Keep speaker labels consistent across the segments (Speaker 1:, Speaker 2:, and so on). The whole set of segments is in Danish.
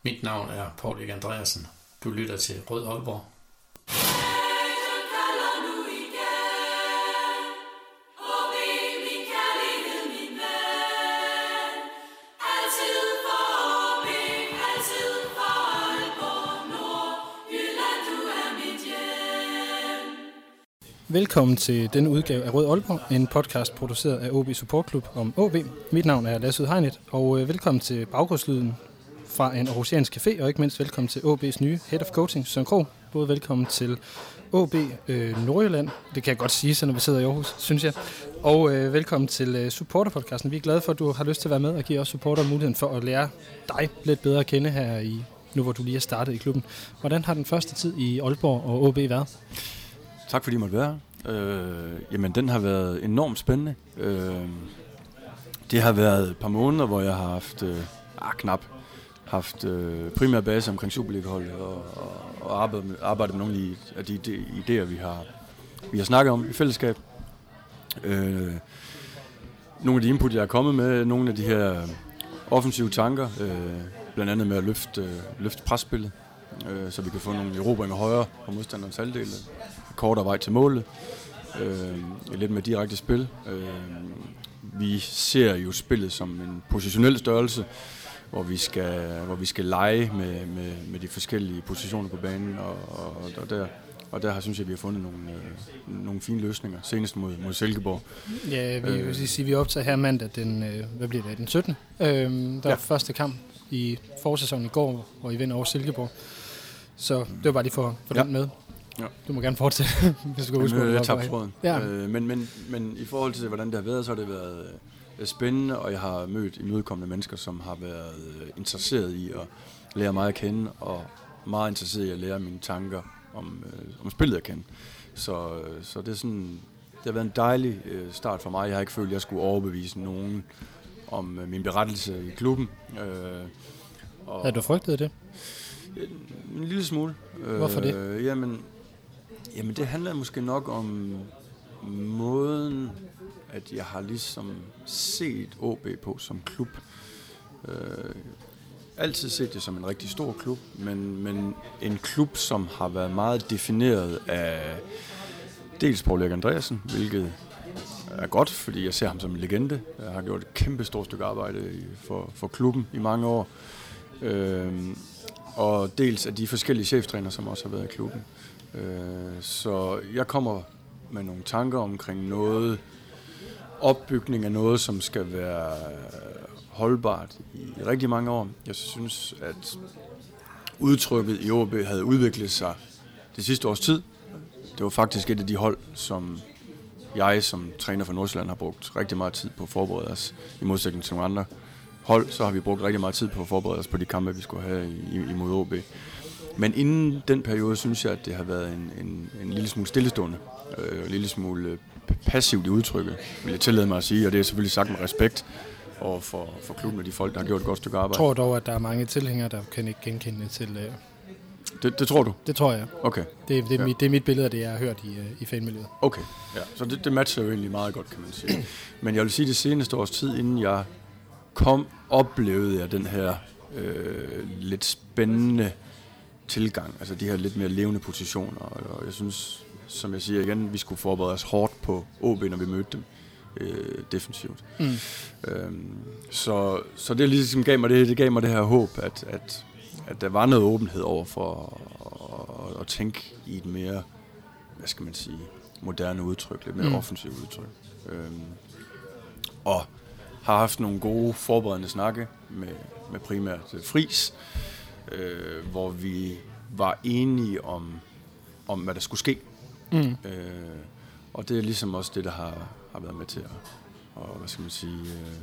Speaker 1: Mit navn er Paul Erik Andreasen. Du lytter til Rød Aalborg.
Speaker 2: Velkommen til denne udgave af Rød Aalborg, en podcast produceret af OB Support Club om OB. Mit navn er Lasse Udhegnet, og velkommen til baggrundslyden fra en aarhusiansk café, og ikke mindst velkommen til OB's nye Head of Coaching, Søren Krog. Både velkommen til OB Nordjylland, det kan jeg godt sige, så når vi sidder i Aarhus, synes jeg. Og velkommen til supporterpodcasten. Vi er glade for, at du har lyst til at være med og give os supporter muligheden for at lære dig lidt bedre at kende her, nu hvor du lige er startet i klubben. Hvordan har den første tid i Aalborg og OB været?
Speaker 3: Tak fordi I måtte være her. Jamen, den har været enormt spændende. Det har været et par måneder, hvor jeg har haft primær base omkring Superliga-holdet og arbejdet med nogle af de idéer, vi har snakket om i fællesskab. Nogle af de input, jeg er kommet med, nogle af de her offensive tanker, blandt andet med at løfte presspillet, så vi kan få nogle erobringer højere på modstanderens halvdel, kortere vej til målet, lidt mere direkte spil. Vi ser jo spillet som en positionel størrelse, hvor vi skal lege med de forskellige positioner på banen, og der synes jeg, vi har fundet nogle fine løsninger, senest mod Silkeborg.
Speaker 2: Ja, vi vil sige, vi optager her mandag den 17. Der var første kamp i forsæsonen i går, hvor I vinder over Silkeborg. Så det var bare lige for den med. Ja. Du må gerne fortsætte, hvis du kan huske,
Speaker 3: jeg tabte tråden. Ja. Men i forhold til, hvordan det har været, så har det været spændende, og jeg har mødt imødekommende mennesker, som har været interesseret i at lære mig at kende, og meget interesseret i at lære mine tanker om spillet at kende. Så det er sådan, det har været en dejlig start for mig. Jeg har ikke følt, at jeg skulle overbevise nogen om min berettelse i klubben.
Speaker 2: Havde du frygtet det?
Speaker 3: En lille smule.
Speaker 2: Hvorfor det?
Speaker 3: Jamen det handler måske nok om måden, at jeg har ligesom set OB på som klub. Altid set det som en rigtig stor klub, men en klub, som har været meget defineret af dels Paul Erik Andreasen, hvilket er godt, fordi jeg ser ham som en legende. Jeg har gjort et kæmpe stort stykke arbejde for klubben i mange år. Og dels af de forskellige cheftræner, som også har været i klubben. Så jeg kommer med nogle tanker omkring opbygning af noget, som skal være holdbart i rigtig mange år. Jeg synes, at udtrykket i OB havde udviklet sig det sidste års tid. Det var faktisk et af de hold, som jeg som træner for Nordsjælland har brugt rigtig meget tid på at forberede os. I modsætning til nogle andre hold, så har vi brugt rigtig meget tid på at forberede os på de kampe, vi skulle have imod OB. Men inden den periode, synes jeg, at det har været en lille smule stillestående, en lille smule passivt i udtrykket, vil jeg tillade mig at sige, og det er selvfølgelig sagt med respekt over for klubben og de folk, der har gjort et godt stykke arbejde.
Speaker 2: Jeg tror dog, at der er mange tilhængere, der kan ikke genkende til...
Speaker 3: Det tror du?
Speaker 2: Det tror jeg.
Speaker 3: Okay.
Speaker 2: Det er mit billede af det, jeg har hørt i fanmiljøet.
Speaker 3: Okay, ja. Så det matcher jo egentlig meget godt, kan man sige. Men jeg vil sige, det seneste års tid, inden jeg oplevede jeg den her lidt spændende tilgang, altså de her lidt mere levende positioner, og jeg synes, som jeg siger igen, vi skulle forberede os hårdt på OB, når vi mødte dem defensivt. Så det ligesom gav mig det her håb, at der var noget åbenhed over for at tænke i et mere, hvad skal man sige, moderne udtryk, lidt mere offensivt udtryk. Og har haft nogle gode forberedende snakke med primært Friis, hvor vi var enige om hvad der skulle ske. Og det er ligesom også det, der har været med til at hvad skal man sige,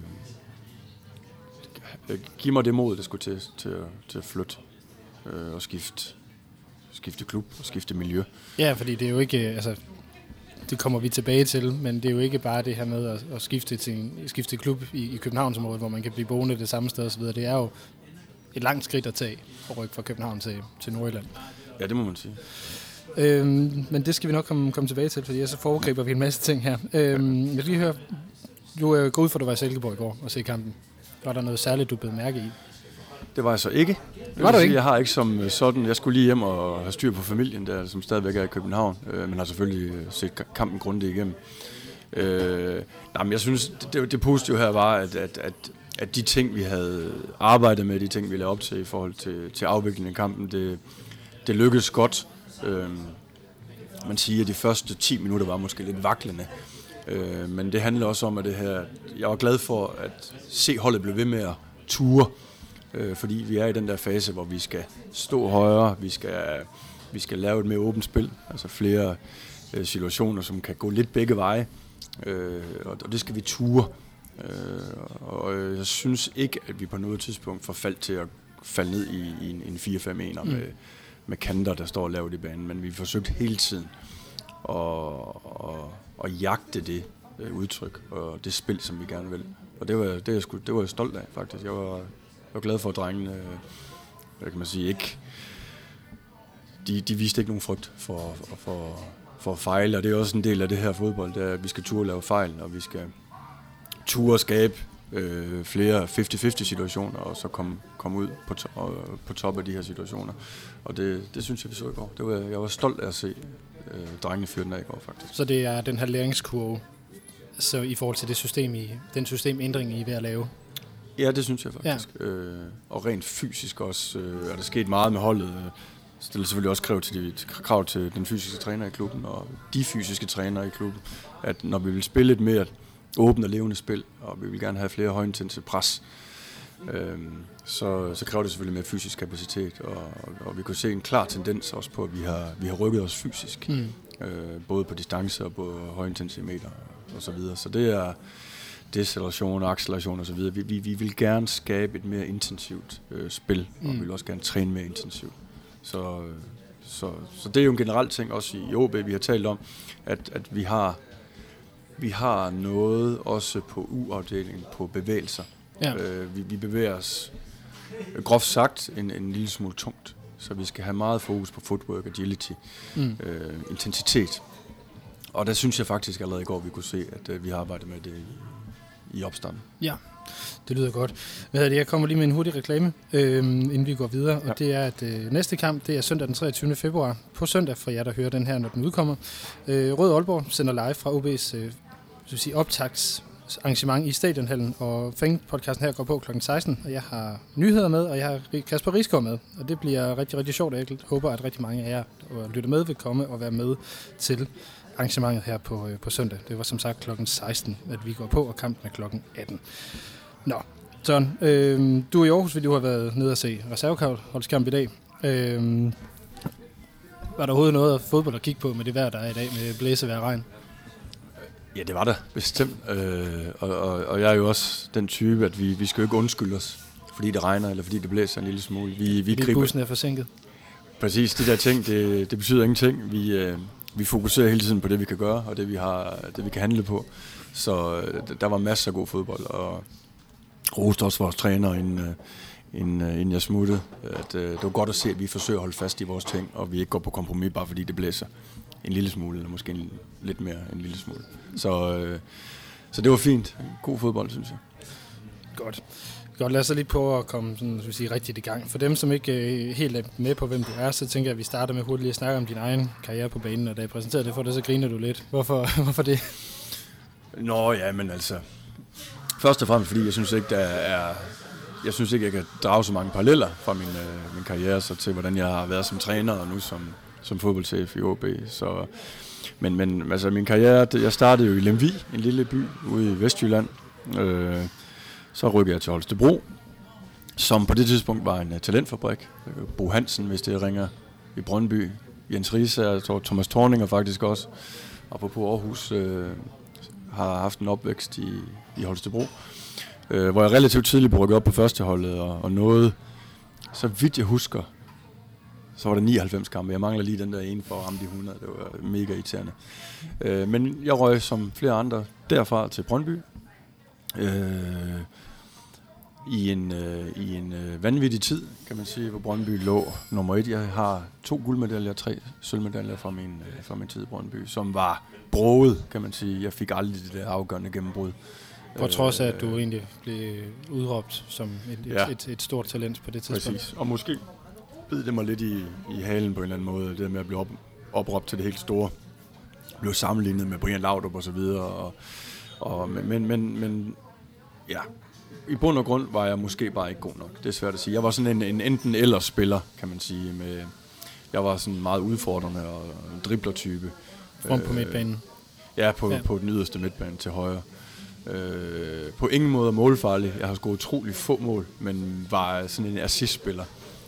Speaker 3: give mig det mod, der skulle til at flytte og skifte klub og skifte miljø.
Speaker 2: Ja, fordi det er jo ikke, det kommer vi tilbage til, men det er jo ikke bare det her med at skifte klub i Københavnsområdet, hvor man kan blive boende det samme sted osv. Det er jo et langt skridt at tage og rykke fra København til Nordjylland.
Speaker 3: Ja, det må man sige.
Speaker 2: Men det skal vi nok komme tilbage til, fordi så foregriber vi en masse ting her. Jeg vil lige høre, du er gået ud for, at du var i Silkeborg i går og se kampen. Var der noget særligt, du blev mærke i?
Speaker 3: Det var jeg så ikke.
Speaker 2: Var du ikke?
Speaker 3: Jeg har ikke som sådan. Jeg skulle lige hjem og have styr på familien der, som stadigvæk er i København. Men har selvfølgelig set kampen grundigt igennem. Men jeg synes, det positive her var, at de ting, vi havde arbejdet med, de ting, vi lavede op til i forhold til afviklingen af kampen, det lykkedes godt. Man siger, at de første 10 minutter var måske lidt vaklende. Men det handler også om, at det her, jeg var glad for at se holdet blive ved med at ture, fordi vi er i den der fase, hvor vi skal stå højere, vi skal lave et mere åbent spil, altså flere situationer, som kan gå lidt begge veje, og det skal vi ture. Og jeg synes ikke, at vi på noget tidspunkt får faldt til at falde ned i en 4-5-1'er med kanter, der står lavt i banen, men vi forsøgte hele tiden at jagte det udtryk og det spil, som vi gerne vil. Og det var jeg stolt af, faktisk. Jeg var glad for, at drengene, hvad kan man sige, ikke... De viste ikke nogen frygt for at fejle, og det er også en del af det her fodbold, det er, at vi skal turde lave fejl, og vi skal turde skabe flere 50-50 situationer, og så komme ud på top af de her situationer. Og det synes jeg, vi så i går. Jeg var stolt af at se drengene fyre den af i går, faktisk.
Speaker 2: Så det er den her læringskurve, så i forhold til den systemændring, I er ved at lave?
Speaker 3: Ja, det synes jeg faktisk. Ja. Og rent fysisk også er der sket meget med holdet. Stiller selvfølgelig også krav til den fysiske træner i klubben, og de fysiske trænere i klubben, at når vi vil spille et mere åbent og levende spil, og vi vil gerne have flere højintense pres, så kræver det selvfølgelig mere fysisk kapacitet, og vi kunne se en klar tendens også på, at vi har rykket os fysisk, både på distance og på højintensive meter og så videre. Så det er deceleration og acceleration og så videre. Vi vil gerne skabe et mere intensivt spil, og vi vil også gerne træne mere intensivt. Så det er jo en generel ting også i OB, vi har talt om, at vi har noget også på U-afdelingen på bevægelser. Ja. Vi bevæger os groft sagt en lille smule tungt, så vi skal have meget fokus på footwork, agility, intensitet. Og der synes jeg faktisk allerede i går, vi kunne se, at vi har arbejdet med det i opstarten. Ja.
Speaker 2: Det lyder godt. Jeg kommer lige med en hurtig reklame, inden vi går videre. Ja. Og det er, at næste kamp, det er søndag den 23. februar. På søndag, for jer, der hører den her, når den udkommer. Rød Aalborg sender live fra OB's optaktsarrangement i Stadionhallen. Og Fæng-podcasten her går på kl. 16. Og jeg har nyheder med, og jeg har Kasper Risgaard med. Og det bliver rigtig, rigtig sjovt. Jeg håber, at rigtig mange af jer, der lytter med, vil komme og være med til arrangementet her på søndag. Det var som sagt kl. 16, at vi går på, og kampen er kl. 18. Nå, Søren, du er i Aarhus, fordi du har været nede og se reserveholdskamp i dag. Var der overhovedet noget af fodbold at kigge på med det vejr, der er i dag, med blæsevejr og regn?
Speaker 3: Ja, det var der bestemt. Og jeg er jo også den type, at vi skal jo ikke undskylde os, fordi det regner, eller fordi det blæser en lille smule.
Speaker 2: Fordi bussen er forsinket.
Speaker 3: Præcis, de der ting, det betyder ingenting. Vi fokuserer hele tiden på det, vi kan gøre, og det, vi kan handle på. Så der var masser af god fodbold, og roste også vores træner, inden jeg smuttede. Det var godt at se, at vi forsøger at holde fast i vores ting, og vi ikke går på kompromis, bare fordi det blæser en lille smule, eller måske lidt mere en lille smule. Så det var fint. God fodbold, synes jeg.
Speaker 2: Godt. Lad os så lige prøve at komme sådan, rigtigt i gang. For dem, som ikke helt er med på, hvem du er, så tænker jeg, at vi starter med hurtigt at snakke om din egen karriere på banen, og da jeg præsenterede det for dig, så griner du lidt. Hvorfor det?
Speaker 3: Nå ja, men altså... Først og fremmest, fordi jeg synes ikke, jeg kan drage så mange paralleller fra min karriere så til, hvordan jeg har været som træner og nu som fodboldchef i OB. Men altså min karriere, jeg startede jo i Lemvig, en lille by ude i Vestjylland. Så rykkede jeg til Holstebro, som på det tidspunkt var en talentfabrik. Bo Hansen, hvis det ringer, i Brøndby. Jens Riisager, Thomas Thorninger faktisk også. Apropos Aarhus, har haft en opvækst i Holstebro, hvor jeg relativt tidligt blev rykket op på førsteholdet og nåede, så vidt jeg husker, så var der 99 kampe. Jeg mangler lige den der ene for at ramme de 100. Det var mega irriterende. Men jeg røg som flere andre derfra til Brøndby. I en vanvittig tid, kan man sige, hvor Brøndby lå nummer 1. Jeg har 2 guldmedaljer, 3 sølvmedaljer fra min tid i Brøndby, som var broget, kan man sige. Jeg fik aldrig det der afgørende gennembrud.
Speaker 2: På trods af, at du egentlig blev udråbt som et stort talent på det tidspunkt.
Speaker 3: Præcis, og måske bed det mig lidt i halen på en eller anden måde, det med at blive opråbt til det helt store. Blev sammenlignet med Brian Laudrup og så videre, men ja, i bund og grund var jeg måske bare ikke god nok. Det er svært at sige. Jeg var sådan en enten-eller spiller, kan man sige. Jeg var sådan meget udfordrende og en driblertype.
Speaker 2: Frem på midtbanen?
Speaker 3: Ja, på den yderste midtbane til højre. På ingen måde målfarlig. Jeg har scoret utrolig få mål, men var sådan en assist-spiller.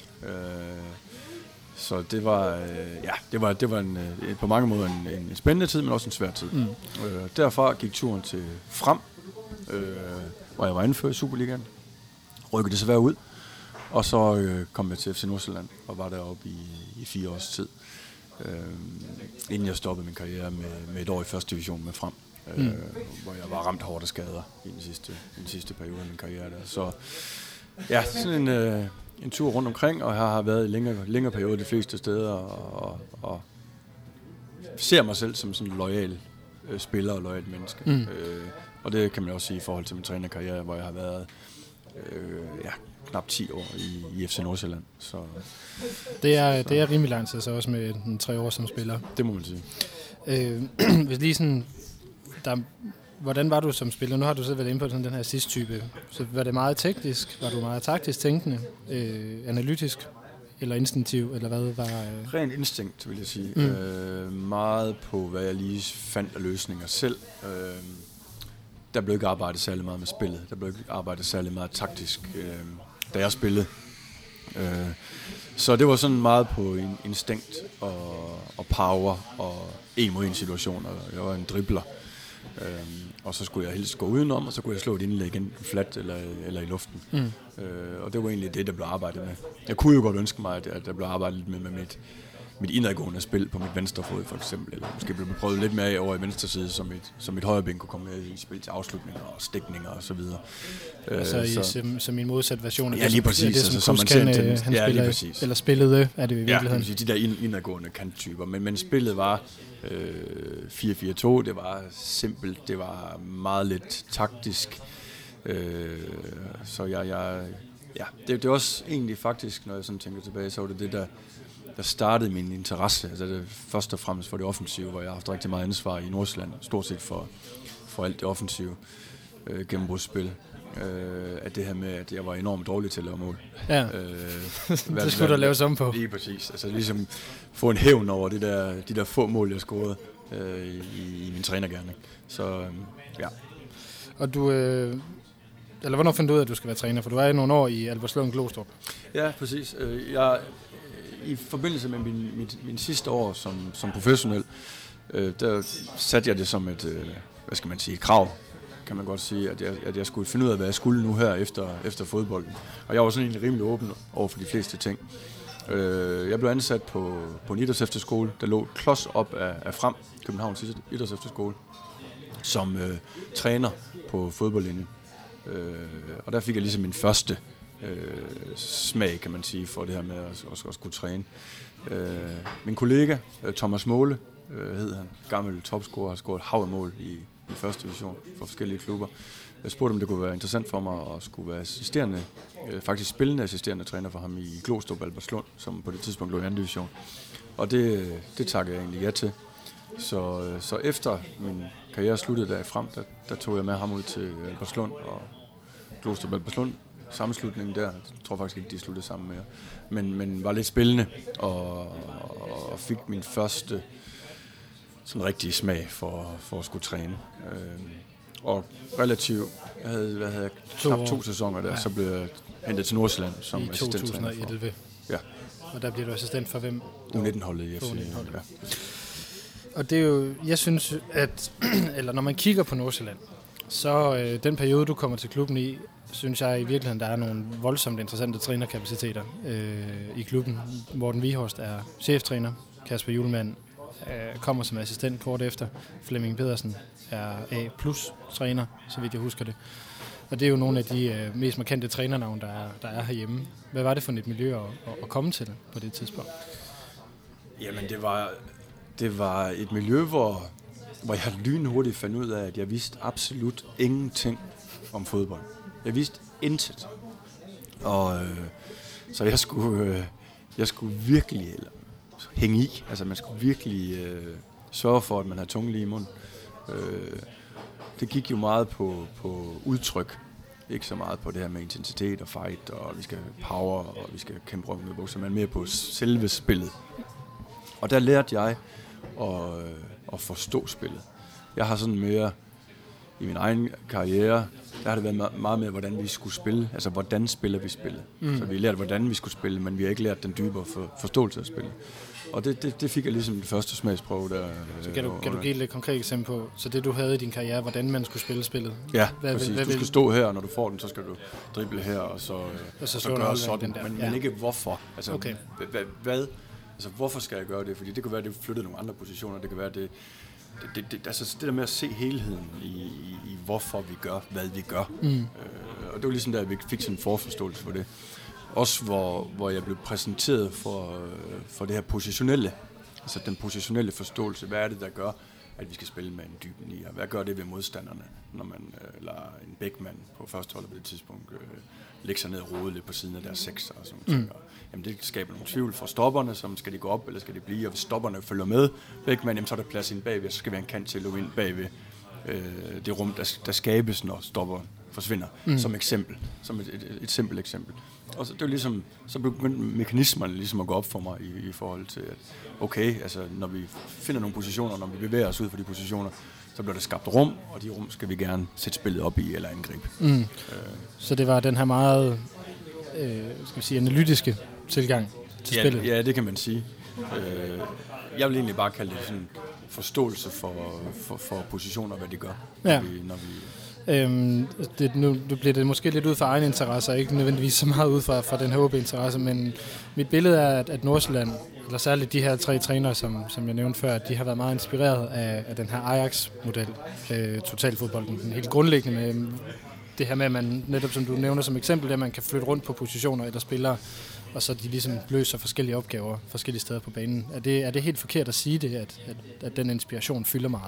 Speaker 3: Så det var på mange måder en spændende tid, men også en svær tid. Derfra gik turen til Frem, hvor jeg var anført i Superligaen. Rykkede desværre ud, og så kom jeg til FC Nordsjælland og var deroppe i 4 års tid. Inden jeg stoppede min karriere med et år i første division med Frem, hvor jeg var ramt hårdt af skader i den sidste periode af min karriere der. Så ja, sådan en tur rundt omkring, og jeg har været i længere perioder de fleste steder, og ser mig selv som sådan en loyal spiller og loyal menneske. Og det kan man også sige i forhold til min trænerkarriere, hvor jeg har været knap 10 år i FC Nordsjælland. Så
Speaker 2: det er rimelig lang tid, så også med 3 år som spiller.
Speaker 3: Det må man sige.
Speaker 2: Hvis lige sådan, hvordan var du som spiller? Nu har du selv været inde på sådan den her sidste type. Så var det meget teknisk? Var du meget taktisk tænkende? Analytisk? Eller instinktiv? Eller hvad var...
Speaker 3: Ren instinkt, vil jeg sige. Meget på, hvad jeg lige fandt af løsninger selv. Der blev ikke arbejdet særlig meget med spillet. Der blev ikke arbejdet særlig meget taktisk, da jeg spillede. Så det var sådan meget på instinkt og power og en mod en situation. Og jeg var en dribler. Og så skulle jeg helst gå udenom, og så kunne jeg slå et indlæg enten flat eller i luften. Og det var egentlig det, der blev arbejdet med. Jeg kunne jo godt ønske mig, at der blev arbejdet lidt med mit indadgående spil på mit venstre fod, for eksempel. Eller måske blev prøvet lidt mere over i venstre side, som mit højre ben kunne komme med i spil til afslutninger og stikninger og så videre.
Speaker 2: Som en modsat version af
Speaker 3: ja, lige præcis.
Speaker 2: Det, som Kusk han spiller,
Speaker 3: præcis.
Speaker 2: Eller spillede, er det i virkeligheden.
Speaker 3: Ja, de der indadgående kanttyper. Men spillet var 4-4-2, det var simpelt, det var meget lidt taktisk. Så det er også egentlig faktisk, når jeg sådan tænker tilbage, så var det der startede min interesse. Altså det først og fremmest for det offensive, hvor jeg har haft rigtig meget ansvar i Nordsjælland, stort set for alt det offensive gennembrudsspil. At det her med, at jeg var enormt dårlig til at lave mål.
Speaker 2: Ja, det skulle der laves om på.
Speaker 3: Lige præcis. Altså ligesom få en hævn over de der få mål, jeg scorede i min trænergerning. Så ja.
Speaker 2: Og du... Eller hvornår fandt du ud af, at du skal være træner? For du er i nogle år i Albertslund Glostrup.
Speaker 3: Ja, præcis. I forbindelse med min sidste år som professionel, der satte jeg det som et krav, kan man godt sige, at jeg skulle finde ud af, hvad jeg skulle nu her efter fodbolden. Og jeg var sådan egentlig rimelig åben over for de fleste ting. Jeg blev ansat på en idrætsefterskole, der lå klods op af Frem, Københavns idrætsefterskole, som træner på fodboldlinjen. Og der fik jeg ligesom min første smag, kan man sige, for det her med at skulle træne. Min kollega, Thomas Måle, hed han, gammel topscorer, har scoret hav af mål i første division for forskellige klubber. Jeg spurgte, om det kunne være interessant for mig at skulle være assisterende, faktisk spillende assisterende træner for ham i Glostrup Albertslund, som på det tidspunkt lå i anden division. Og det takkede jeg egentlig ja til. Så efter min karriere sluttede derfrem, der tog jeg med ham ud til Albertslund og Glostrup Albertslund. Sammenslutningen der, jeg tror faktisk ikke, de sluttede sammen mere, men var lidt spændende og fik min første sådan rigtige smag for at skulle træne. Og relativt, jeg havde knap 2 sæsoner der, så blev jeg hentet til Nordsjælland som assistenttræner. I 2011. Ja.
Speaker 2: Og der blev du assistent for hvem?
Speaker 3: U19-holdet i FC. Ja.
Speaker 2: Og det er jo, jeg synes, at eller når man kigger på Nordsjælland, så den periode, du kommer til klubben i, synes jeg i virkeligheden, der er nogle voldsomt interessante trænerkapaciteter i klubben. Morten Vihorst er cheftræner, Kasper Hjulmand kommer som assistent kort efter, Flemming Pedersen er A+-træner, så vidt jeg husker det. Og det er jo nogle af de mest markante trænernavne, der er herhjemme. Hvad var det for et miljø at komme til på det tidspunkt?
Speaker 3: Jamen, det var et miljø, hvor hvor jeg lynhurtigt fandt ud af, at jeg vidste absolut ingenting om fodbold. Jeg vidste intet. Og så jeg skulle virkelig hænge i. Altså man skulle virkelig sørge for, at man havde tungen lige i munden. Det gik jo meget på udtryk. Ikke så meget på det her med intensitet og fight, og vi skal power, og vi skal kæmpe røven med bukser, men mere på selve spillet. Og der lærte jeg at forstå spillet. Jeg har sådan mere i min egen karriere, der har det været meget med, hvordan vi skulle spille. Altså, hvordan spiller vi spillet. Så vi har lært, hvordan vi skulle spille, men vi har ikke lært den dybere forståelse af spillet. Og det fik jeg ligesom den første smagsprøve der.
Speaker 2: Så kan du give et lidt konkret eksempel på, så det du havde i din karriere, hvordan man skulle spille spillet?
Speaker 3: Ja, præcis. Du skal stå her, og når du får den, så skal du drible her, og så gøre sådan, men ikke hvorfor. Altså,
Speaker 2: okay.
Speaker 3: Hvad? Altså, hvorfor skal jeg gøre det? Fordi det kan være, at det flyttede nogle andre positioner, det kan være, det altså det der med at se helheden i hvorfor vi gør, hvad vi gør. Og det var ligesom der, at vi fik sådan en forforståelse for det. Også hvor jeg blev præsenteret for det her positionelle. Altså den positionelle forståelse. Hvad er det, der gør, at vi skal spille med en dyb nier? Hvad gør det ved modstanderne, når man lader en bækmand på førsteholdet på det tidspunkt lægge sig ned og rode lidt på siden af deres sekser og sådan noget. Jamen det skaber nogle tvivl for stopperne, som skal de gå op, eller skal de blive, og hvis stopperne følger med bækmand, jamen så er der plads ind bagved, så skal vi have en kant til at løbe ind bagved det rum, der skabes, når stopper forsvinder, som eksempel, som et simpelt eksempel. Og så det var ligesom, så begyndte mekanismerne ligesom at gå op for mig i forhold til, at okay, altså når vi finder nogle positioner, når vi bevæger os ud fra de positioner, så bliver der skabt rum, og de rum skal vi gerne sætte spillet op i eller angribe.
Speaker 2: Så det var den her meget, skal vi sige, analytiske tilgang til spillet? Ja,
Speaker 3: det kan man sige. Jeg vil egentlig bare kalde det sådan forståelse for positioner, hvad de gør, når vi
Speaker 2: nu bliver det måske lidt ud fra egen interesse, og ikke nødvendigvis så meget ud fra den her OB-interesse, men mit billede er, at Nordsjælland, eller særligt de her 3 trænere, som jeg nævnte før, de har været meget inspireret af den her Ajax-model, totalfodbolden, den helt grundlæggende med det her med, at man netop som du nævner som eksempel, at man kan flytte rundt på positioner eller spillere, og så de ligesom løser forskellige opgaver forskellige steder på banen. Er det helt forkert at sige det, at den inspiration fylder meget?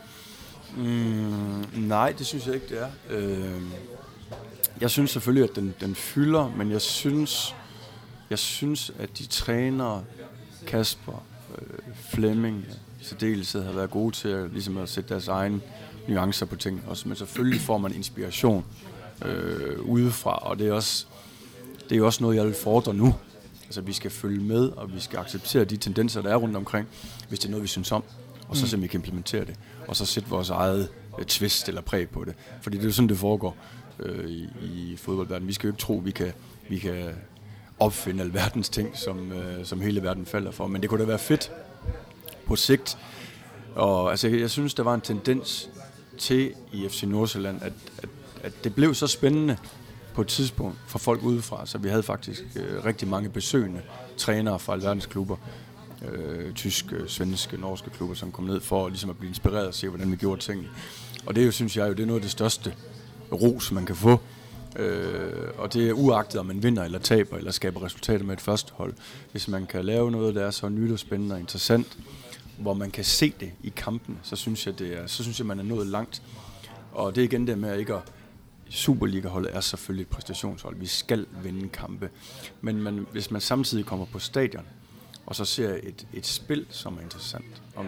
Speaker 3: Nej, det synes jeg ikke, det er. Jeg synes selvfølgelig, at den fylder, men jeg synes, at de trænere, Kasper, Flemming, i særdeleshed har været gode til ligesom at sætte deres egne nuancer på ting også, men selvfølgelig får man inspiration udefra, og det er jo også noget, jeg vil fordre nu. Altså, vi skal følge med, og vi skal acceptere de tendenser, der er rundt omkring, hvis det er noget, vi synes om, og så vi kan implementere det, og så sætte vores eget twist eller præg på det. Fordi det er jo sådan, det foregår i fodboldverdenen. Vi skal jo ikke tro, vi kan opfinde alverdens ting, som hele verden falder for, men det kunne da være fedt på sigt. Og altså, jeg synes, der var en tendens til i FC Nordsjælland, at det blev så spændende på et tidspunkt for folk udefra, så vi havde faktisk rigtig mange besøgende trænere fra alverdens klubber, tyske, svenske, norske klubber, som kom ned for ligesom at blive inspireret og se, hvordan vi gjorde tingene. Og det synes jeg jo, det er noget af det største ros, man kan få. Og det er uagtet, om man vinder eller taber, eller skaber resultater med et første hold. Hvis man kan lave noget, der er så nyt og spændende og interessant, hvor man kan se det i kampen, så synes jeg, man er nået langt. Og det er igen det med, at ikke at Superliga-holdet er selvfølgelig et præstationshold. Vi skal vinde kampe. Men hvis man samtidig kommer på stadion, og så ser et spil, som er interessant, og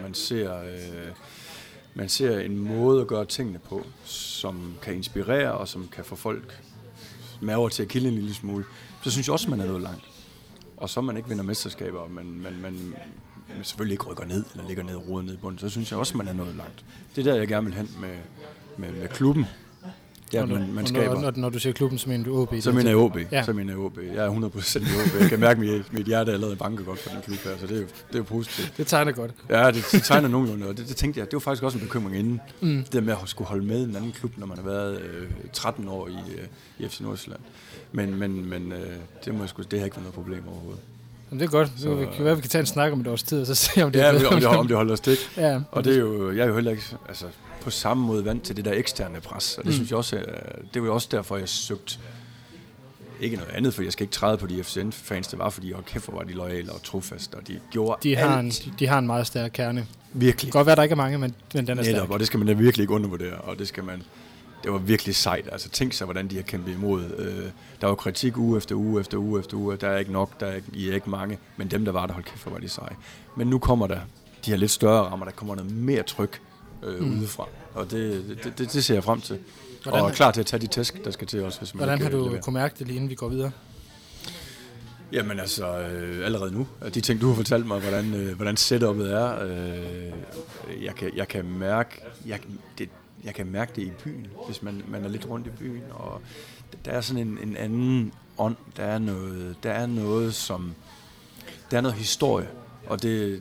Speaker 3: man ser en måde at gøre tingene på, som kan inspirere, og som kan få folk maver til at kilde en lille smule, så synes jeg også, man er nået langt. Og så man ikke vinder mesterskaber, men man selvfølgelig ikke rykker ned, eller ligger ned og roder ned i bunden, så synes jeg også, man er nået langt. Det er der, jeg gerne vil hen med klubben. Ja,
Speaker 2: når du siger klubben, så mener du OB?
Speaker 3: Så mener jeg OB. Ja. Så mener jeg OB. Jeg er 100% i OB. Jeg kan mærke, at mit hjerte er allerede banker godt for den klub her, så det er jo positivt.
Speaker 2: Det tegner godt.
Speaker 3: Ja, det tegner nogenlunde, og det tænkte jeg, det var faktisk også en bekymring inden. Det der med at skulle holde med en anden klub, når man har været 13 år i FC Nordsjælland. Men det har ikke været noget problem overhovedet.
Speaker 2: Jamen, det er godt. Så det kan være, vi kan tage en snak om et års tid, og så se, om det
Speaker 3: om det holder stik. Ja. Og det er jo, jeg er jo heller ikke på samme måde vant til det der eksterne pres. Og det synes jeg også, det var jo også derfor, jeg søgte ikke noget andet, for jeg skal ikke træde på de FCN-fans, det var, fordi hold kæft, hvor var de loyale og trofaste, og de gjorde
Speaker 2: de har en meget stærk kerne.
Speaker 3: Virkelig.
Speaker 2: Det kan godt være, der ikke er mange, men den er stærk.
Speaker 3: Og det skal man da virkelig ikke undervurdere, og det var virkelig sejt. Altså tænk sig, hvordan de har kæmpet imod. Der var kritik uge efter uge. Der er ikke nok, I er ikke mange, men dem, der var der, hold kæft, hvor var de seje. Men nu kommer der de her lidt større rammer, der kommer noget mere tryk udefra, og det ser jeg frem til. Og er klar til at tage de tæsk, der skal til os, hvis man.
Speaker 2: Hvordan har du kunne mærke det lige inden vi går videre?
Speaker 3: Jamen altså, allerede nu. De ting, du har fortalt mig, hvordan setupet er, jeg kan mærke, jeg kan mærke det i byen, hvis man er lidt rundt i byen, og der er sådan en anden ånd, der er noget historie, og det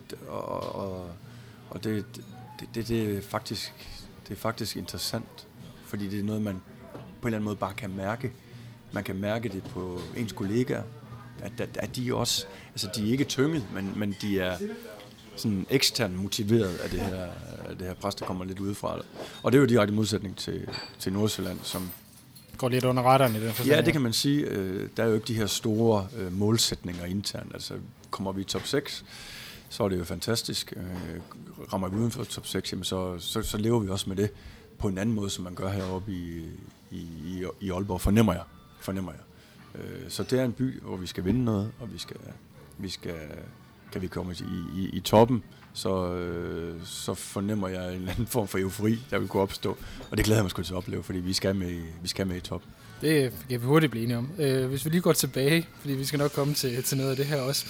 Speaker 3: er faktisk interessant, fordi det er noget, man på en eller anden måde bare kan mærke. Man kan mærke det på ens kollegaer, at de også, altså de er ikke tynget, men de er sådan eksternt motiveret af det her pres, der kommer lidt udefra. Og det er jo direkte modsætning til Nordsjælland, som
Speaker 2: går lidt under radaren i den forstand.
Speaker 3: Ja, det kan man sige. Der er jo ikke de her store målsætninger internt. Altså kommer vi i top 6, så er det jo fantastisk. Rammer vi uden for top 6, jamen så lever vi også med det på en anden måde, som man gør heroppe i Aalborg, fornemmer jeg. Så det er en by, hvor vi skal vinde noget, og kan vi komme i toppen, så fornemmer jeg en eller anden form for eufori, der vil kunne opstå. Og det glæder jeg mig sgu til at opleve, fordi vi skal med i toppen.
Speaker 2: Det kan vi hurtigt blive enige om. Hvis vi lige går tilbage, fordi vi skal nok komme til noget af det her også.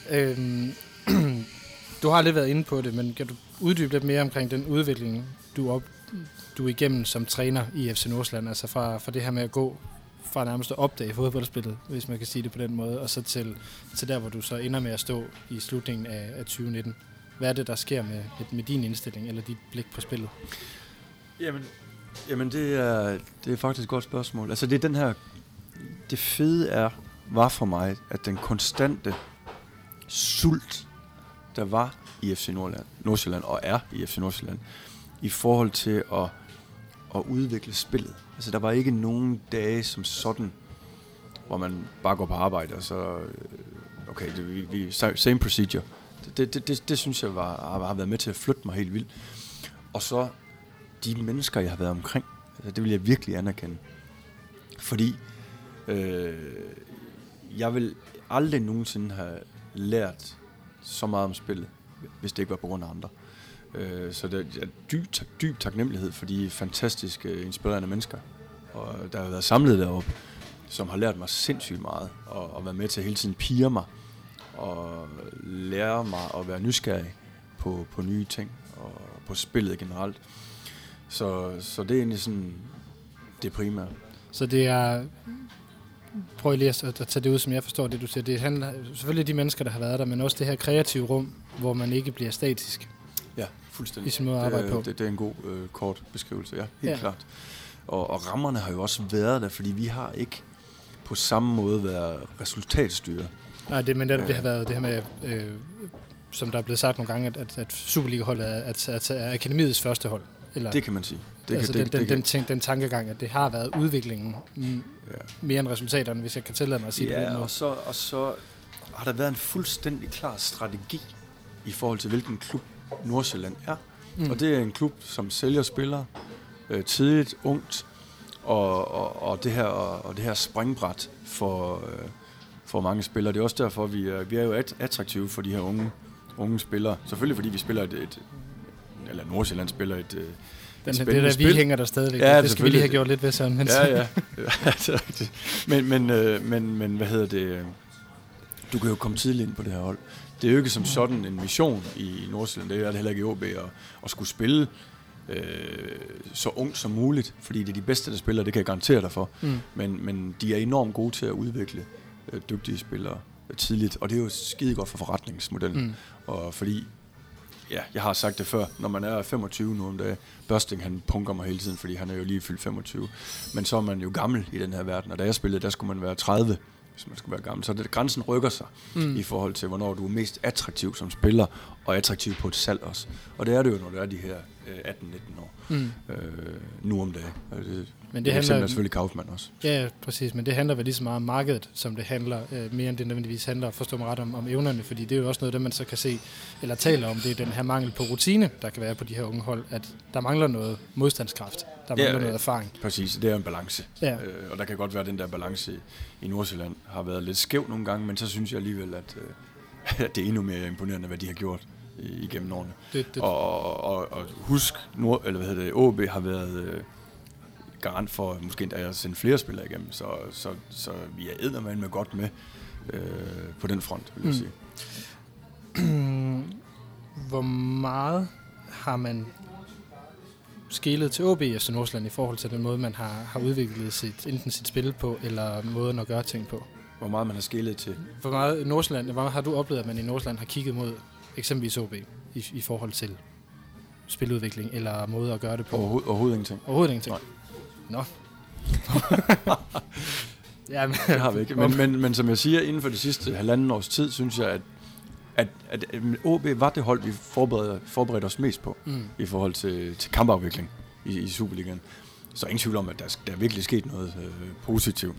Speaker 2: Du har lidt været inde på det, men kan du uddybe lidt mere omkring den udvikling, du er igennem som træner i FC Nordsjælland, altså fra det her med at gå fra nærmest at opdage fodboldspillet, hvis man kan sige det på den måde, og så til der, hvor du så ender med at stå i slutningen af 2019. Hvad er det, der sker med din indstilling, eller dit blik på spillet?
Speaker 3: Jamen det er faktisk et godt spørgsmål. Altså det er den her, det fede var for mig, at den konstante sult, der var i FC Nordsjælland, og er i FC Nordsjælland, i forhold til at udvikle spillet. Altså der var ikke nogen dage som sådan, hvor man bare går på arbejde, og så, okay, vi same procedure. Det synes jeg har været med til at flytte mig helt vildt. Og så de mennesker, jeg har været omkring, altså, det vil jeg virkelig anerkende. Fordi jeg vil aldrig nogensinde have lært så meget om spillet, hvis det ikke var på grund af andre. Så det er dyb taknemmelighed for de fantastiske, inspirerende mennesker, og der har været samlet deroppe, som har lært mig sindssygt meget, og været med til at hele tiden pire mig, og lære mig at være nysgerrig på nye ting, og på spillet generelt. Så det er egentlig sådan det primære.
Speaker 2: Så det er, prøv lige at tage det ud, som jeg forstår det, du siger. Det handler selvfølgelig de mennesker, der har været der, men også det her kreative rum, hvor man ikke bliver statisk.
Speaker 3: Ja, fuldstændig.
Speaker 2: I sin måde at arbejde på.
Speaker 3: Det er en god kort beskrivelse, ja, helt klart. Og rammerne har jo også været der, fordi vi har ikke på samme måde været resultatstyret.
Speaker 2: Nej, det har været det her med, som der er blevet sagt nogle gange, at Superliga-holdet er akademiets første hold. Eller,
Speaker 3: det kan man sige.
Speaker 2: Den tankegang, at det har været udviklingen mere end resultaterne, hvis jeg kan tillade mig at sige det på den måde.
Speaker 3: Og så har der været en fuldstændig klar strategi i forhold til, hvilken klub Nordsjælland er. Og det er en klub, som sælger spillere tidligt, ungt, og det her springbræt for mange spillere. Det er også derfor, vi er jo attraktive for de her unge spillere. Selvfølgelig fordi vi spiller eller Nordsjælland spiller et spændende
Speaker 2: det
Speaker 3: spil.
Speaker 2: Vi hænger der stadigvæk.
Speaker 3: Ja,
Speaker 2: det skal vi lige have gjort lidt ved sådan.
Speaker 3: Ja. Men hvad hedder det? Du kan jo komme tidligt ind på det her hold. Det er jo ikke som sådan en mission i Nordsjælland. Det er det heller ikke i OB at skulle spille så ungt som muligt, fordi det er de bedste, der spiller, det kan jeg garantere dig for. Men de er enormt gode til at udvikle dygtige spillere tidligt, og det er jo skide godt for forretningsmodellen. Og fordi, ja, jeg har sagt det før, når man er 25 nu om dagen, Børsting, han punker mig hele tiden, fordi han er jo lige fyldt 25, men så er man jo gammel i den her verden, og da jeg spillede, der skulle man være 30, hvis man skulle være gammel. Så grænsen rykker sig i forhold til, hvornår du er mest attraktiv som spiller, og attraktiv på et salg også. Og det er det jo, når der er de her 18-19 år. Nu om dagen.
Speaker 2: Men
Speaker 3: det handler selvfølgelig Kaufmann også.
Speaker 2: Ja, præcis, men det handler vel lige så meget om markedet, som det handler mere end det nødvendigvis handler, forstå mig ret, om evnerne, fordi det er jo også noget, det man så kan se, eller taler om, det er den her mangel på rutine, der kan være på de her unge hold, at der mangler noget modstandskraft, der mangler noget erfaring. Præcis,
Speaker 3: det er en balance. Ja. Og der kan godt være, at den der balance i Nordsjælland har været lidt skæv nogle gange, men så synes jeg alligevel, at det er endnu mere imponerende, hvad de har gjort igennem årene. Og husk, OB har været garant for måske endda at sende flere spillere igennem, så vi er eddermame godt med på den front, vil jeg sige.
Speaker 2: Hvor meget har man skelet til OB efter Nordsjælland i forhold til den måde, man har udviklet enten sit spil på, eller måden at gøre ting på?
Speaker 3: Hvor meget man har skelet til?
Speaker 2: Hvor meget har du oplevet, at man i Nordsjælland har kigget mod eksempelvis OB i forhold til spiludvikling, eller måde at gøre det på?
Speaker 3: Overhovedet ingenting.
Speaker 2: Overhovedet ingenting? Nej. Nå.
Speaker 3: Ja, men, det har vi ikke. Men som jeg siger, inden for de sidste 1,5 års tid, synes jeg, at OB var det hold, vi forberedte os mest på i forhold til kampafvikling i Superligaen. Så ingen tvivl om, at der er virkelig sket noget positivt.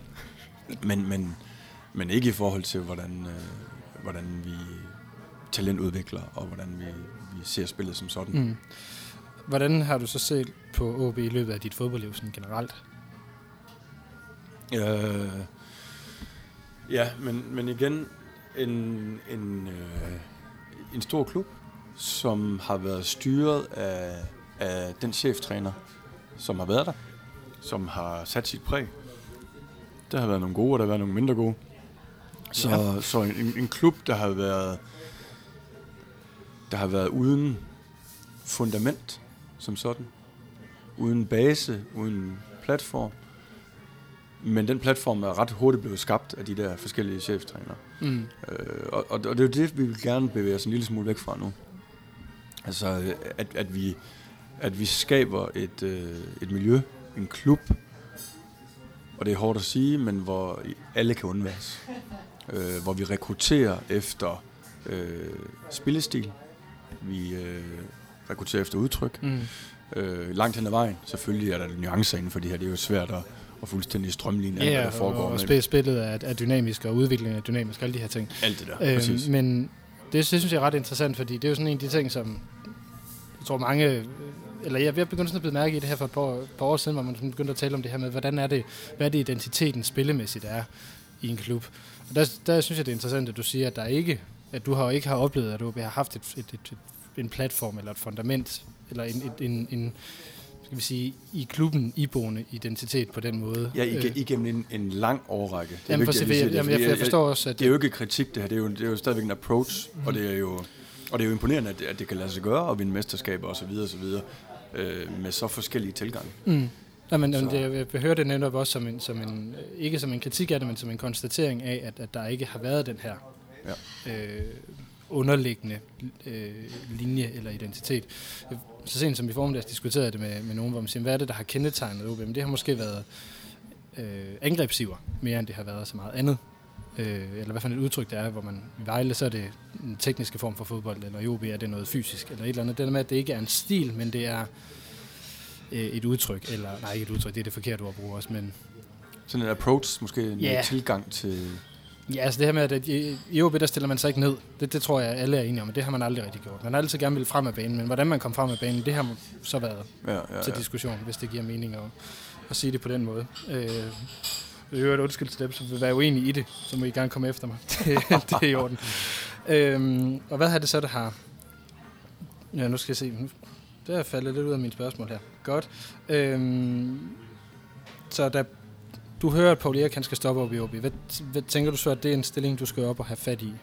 Speaker 3: Men ikke i forhold til, hvordan vi talentudvikler, og hvordan vi ser spillet som sådan.
Speaker 2: Hvordan har du så set på OB i løbet af dit fodboldliv sådan generelt?
Speaker 3: Ja, men igen en stor klub, som har været styret af den cheftræner, som har været der, som har sat sit præg. Der har været nogle gode, og der har været nogle mindre gode. Så en klub, der har været uden fundament som sådan, uden base, uden platform. Men den platform er ret hurtigt blevet skabt af de der forskellige cheftrænere. Og det er jo det, vi vil gerne bevæge os en lille smule væk fra nu. Altså, at vi skaber et miljø, en klub, og det er hårdt at sige, men hvor alle kan undværes. Hvor vi rekrutterer efter spillestil, vi rekrutterer efter udtryk. Langt hen ad vejen, selvfølgelig er der nuancer inden for det her, det er jo svært at fuldstændig strømligne alt, hvad der foregår.
Speaker 2: Og spillet er dynamisk, og udviklingen er dynamisk, alle de her ting.
Speaker 3: Alt det der, præcis.
Speaker 2: Men det synes jeg er ret interessant, fordi det er jo sådan en af de ting, som jeg tror mange, eller jeg er begyndt sådan at blive mærke i det her for et par år siden, hvor man begyndte at tale om det her med, hvad er det identiteten spillemæssigt er i en klub. Og der synes jeg, det er interessant, at du siger, at du ikke har oplevet, at du har haft en platform eller et fundament, eller en skal vi sige, i klubben iboende identitet på den måde. Ja,
Speaker 3: igennem en lang årrække. Det er
Speaker 2: jamen, vigtigt, jeg forstår også, at
Speaker 3: det er jo ikke kritik, det her. Det er jo stadigvæk en approach, og det er jo imponerende, at det kan lade sig gøre og vinde mesterskaber osv. Med så forskellige tilgange.
Speaker 2: Jamen, jeg hører det netop også som en ikke som en kritik af det, men som en konstatering af, at der ikke har været den her underliggende linje eller identitet. Så sent som i formiddags diskuterede det med nogen, hvor man siger, hvad er det, der har kendetegnet OB? Men det har måske været angrebsiver, mere end det har været så meget andet. Eller hvad for et udtryk det er, hvor man i Vejle, så er det en tekniske form for fodbold, eller i OB er det noget fysisk, eller et eller andet. Det med, at det ikke er en stil, men det er et udtryk, eller nej, ikke et udtryk, det er det forkerte ord at bruge også, men
Speaker 3: sådan en approach, måske en tilgang til.
Speaker 2: Ja, altså det her med, at i OB, der stiller man sig ikke ned. Det tror jeg, alle er enige om, og det har man aldrig rigtig gjort. Man har altid gerne vil frem af banen, men hvordan man kom frem af banen, det har så været til diskussion, hvis det giver mening at sige det på den måde. Jeg hører et undskyld til dem, som vil være uenige i det, så må I gerne komme efter mig. Det er i orden. Og hvad har det så, der har. Ja, nu skal jeg se. Der er faldet lidt ud af mine spørgsmål her. Godt. Så da du hører, at Paul Erik han skal stoppe op i OB, hvad tænker du så, at det er en stilling, du skal op og have fat i?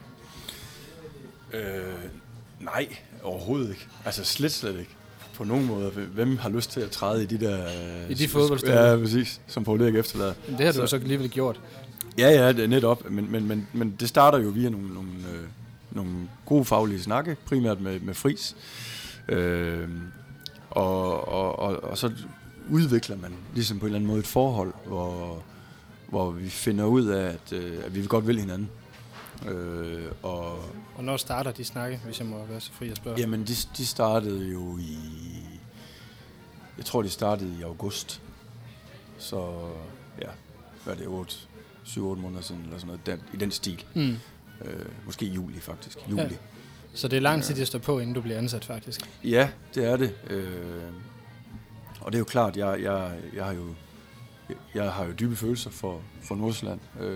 Speaker 3: Nej, overhovedet ikke. Altså slet ikke. På nogen måde. Hvem har lyst til at træde i de der.
Speaker 2: I de fodboldsteder?
Speaker 3: Ja, præcis. Som Paul Erik efterlader.
Speaker 2: Men det har du så alligevel gjort.
Speaker 3: Ja, det er netop. Men det starter jo via nogle gode faglige snakke, primært med Friis. Og så udvikler man ligesom på en eller anden måde et forhold, hvor vi finder ud af, at vi godt vil hinanden. Og
Speaker 2: når starter de snakke, hvis jeg må være så fri at spørge?
Speaker 3: Jamen, de startede jo Jeg tror, de startede i august. Så ja, hvad er det, 7-8 måneder siden, eller sådan noget, i den stil. Måske i juli, faktisk. Juli. Ja.
Speaker 2: Så det er lang tid, at stå på, inden du bliver ansat, faktisk?
Speaker 3: Ja, det er det. Og det er jo klart, jeg har jo dybe følelser for Nordsjælland,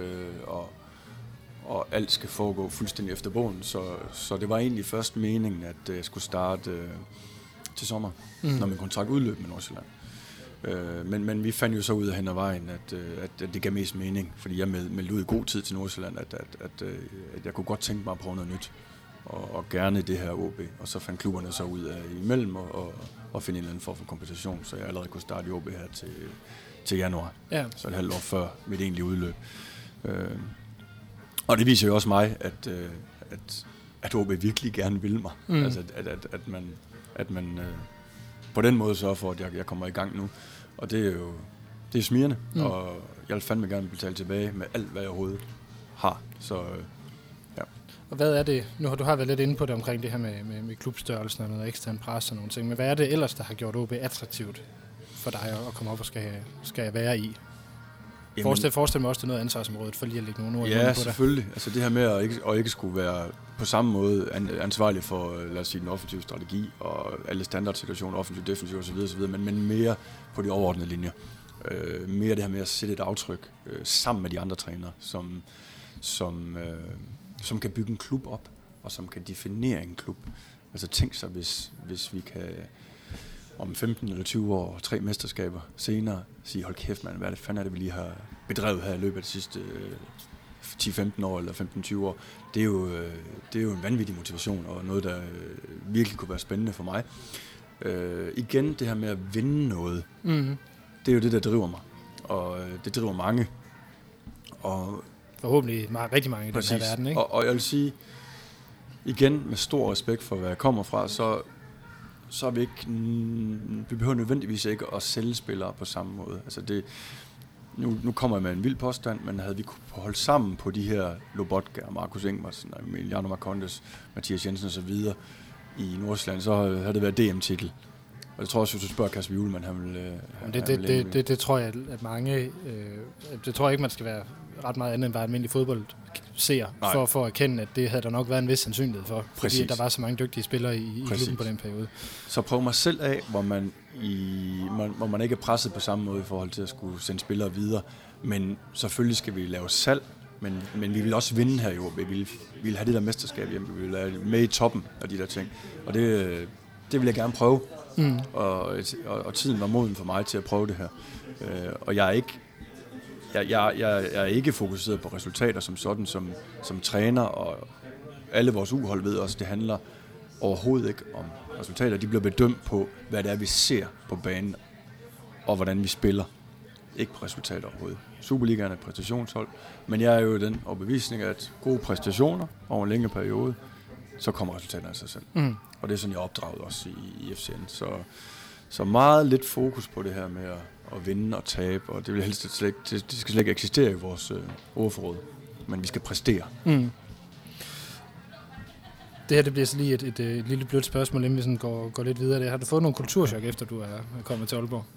Speaker 3: og alt skal foregå fuldstændig efter bogen, så det var egentlig først meningen, at jeg skulle starte til sommer, når min kontrakt udløb med Nordsjælland. Men vi fandt jo så ud af hen ad vejen, at det gav mest mening, fordi jeg meldte ud i god tid til Nordsjælland, at jeg kunne godt tænke mig at prøve noget nyt, og gerne det her OB. Og så fandt klubberne så ud af imellem og finde en eller anden form for kompensation, så jeg allerede kunne starte i OB her til januar. Ja. Så et halvt år før mit egentlige udløb. Og det viser jo også mig, at OB virkelig gerne vil mig. Altså at man på den måde sørger for, at jeg kommer i gang nu. Og det er jo smirrende, og jeg vil fandme gerne betale tilbage med alt, hvad jeg overhovedet har. Så ja. Og
Speaker 2: hvad er det, nu har du været lidt inde på det omkring det her med klubstørrelsen og noget ekstern pres og nogle ting, men hvad er det ellers, der har gjort OB attraktivt for dig at komme op og skal være i? Forestil mig også, det er noget ansvarsområdet, for lige at lægge nogle ord på det.
Speaker 3: Ja, selvfølgelig. Altså det her med at ikke skulle være på samme måde ansvarlig for, lad os sige, den offensive strategi og alle standardsituationer, offensiv, defensiv osv., men mere på de overordnede linjer. Mere det her med at sætte et aftryk sammen med de andre trænere, som kan bygge en klub op, og som kan definere en klub. Altså tænk sig, hvis vi kan om 15 eller 20 år, 3 mesterskaber senere, sige, hold kæft mand, hvad er det fanden er det, vi lige har bedrevet her i løbet af de sidste 10-15 år eller 15-20 år. Det er jo en vanvittig motivation, og noget, der virkelig kunne være spændende for mig. Igen, det her med at vinde noget, det er jo det, der driver mig. Og det driver mange. Og
Speaker 2: forhåbentlig rigtig mange i den her verden, ikke?
Speaker 3: Og jeg vil sige, igen med stor respekt for, hvad jeg kommer fra, så er vi behøver nødvendigvis ikke at sælge spillere på samme måde. Altså nu kommer jeg med en vild påstand, men havde vi kunne holde sammen på de her Lobotka, Markus Ingvartsen, Emiliano Marcondes, Mathias Jensen og så videre i Nordsjælland, så havde det været DM-titel. Og det tror jeg også, hvis du spørger Kasper Hjulmand,
Speaker 2: det tror jeg, at mange... det tror jeg ikke, man skal være ret meget andet end bare almindelig fodbold ser, for at erkende, at det havde der nok været en vis sandsynlighed for. Præcis. Fordi der var så mange dygtige spillere i klubben på den periode.
Speaker 3: Så prøv mig selv af, hvor man ikke er presset på samme måde i forhold til at skulle sende spillere videre. Men selvfølgelig skal vi lave salg, men vi vil også vinde her i år. Vi vil have det der mesterskab hjemme, vi vil have med i toppen af de der ting. Og det vil jeg gerne prøve. Og tiden var moden for mig til at prøve det her. Og jeg er ikke fokuseret på resultater som sådan, som træner, og alle vores uhold ved også, det handler overhovedet ikke om resultater. De bliver bedømt på, hvad det er, vi ser på banen, og hvordan vi spiller. Ikke på resultater overhovedet. Superligaen er et præstationshold, men jeg er jo den overbevisning, at gode præstationer over en længere periode, så kommer resultaterne af sig selv. Og det er sådan, jeg opdraget også i FCN. Så meget lidt fokus på det her med at vinde og tabe, og det vil helst det skal slet ikke eksistere i vores ordforråd, men vi skal præstere.
Speaker 2: Det her det bliver så lige et lille blødt spørgsmål, inden vi sådan går lidt videre. Har du fået nogle kulturschok, efter du er kommet til Aalborg?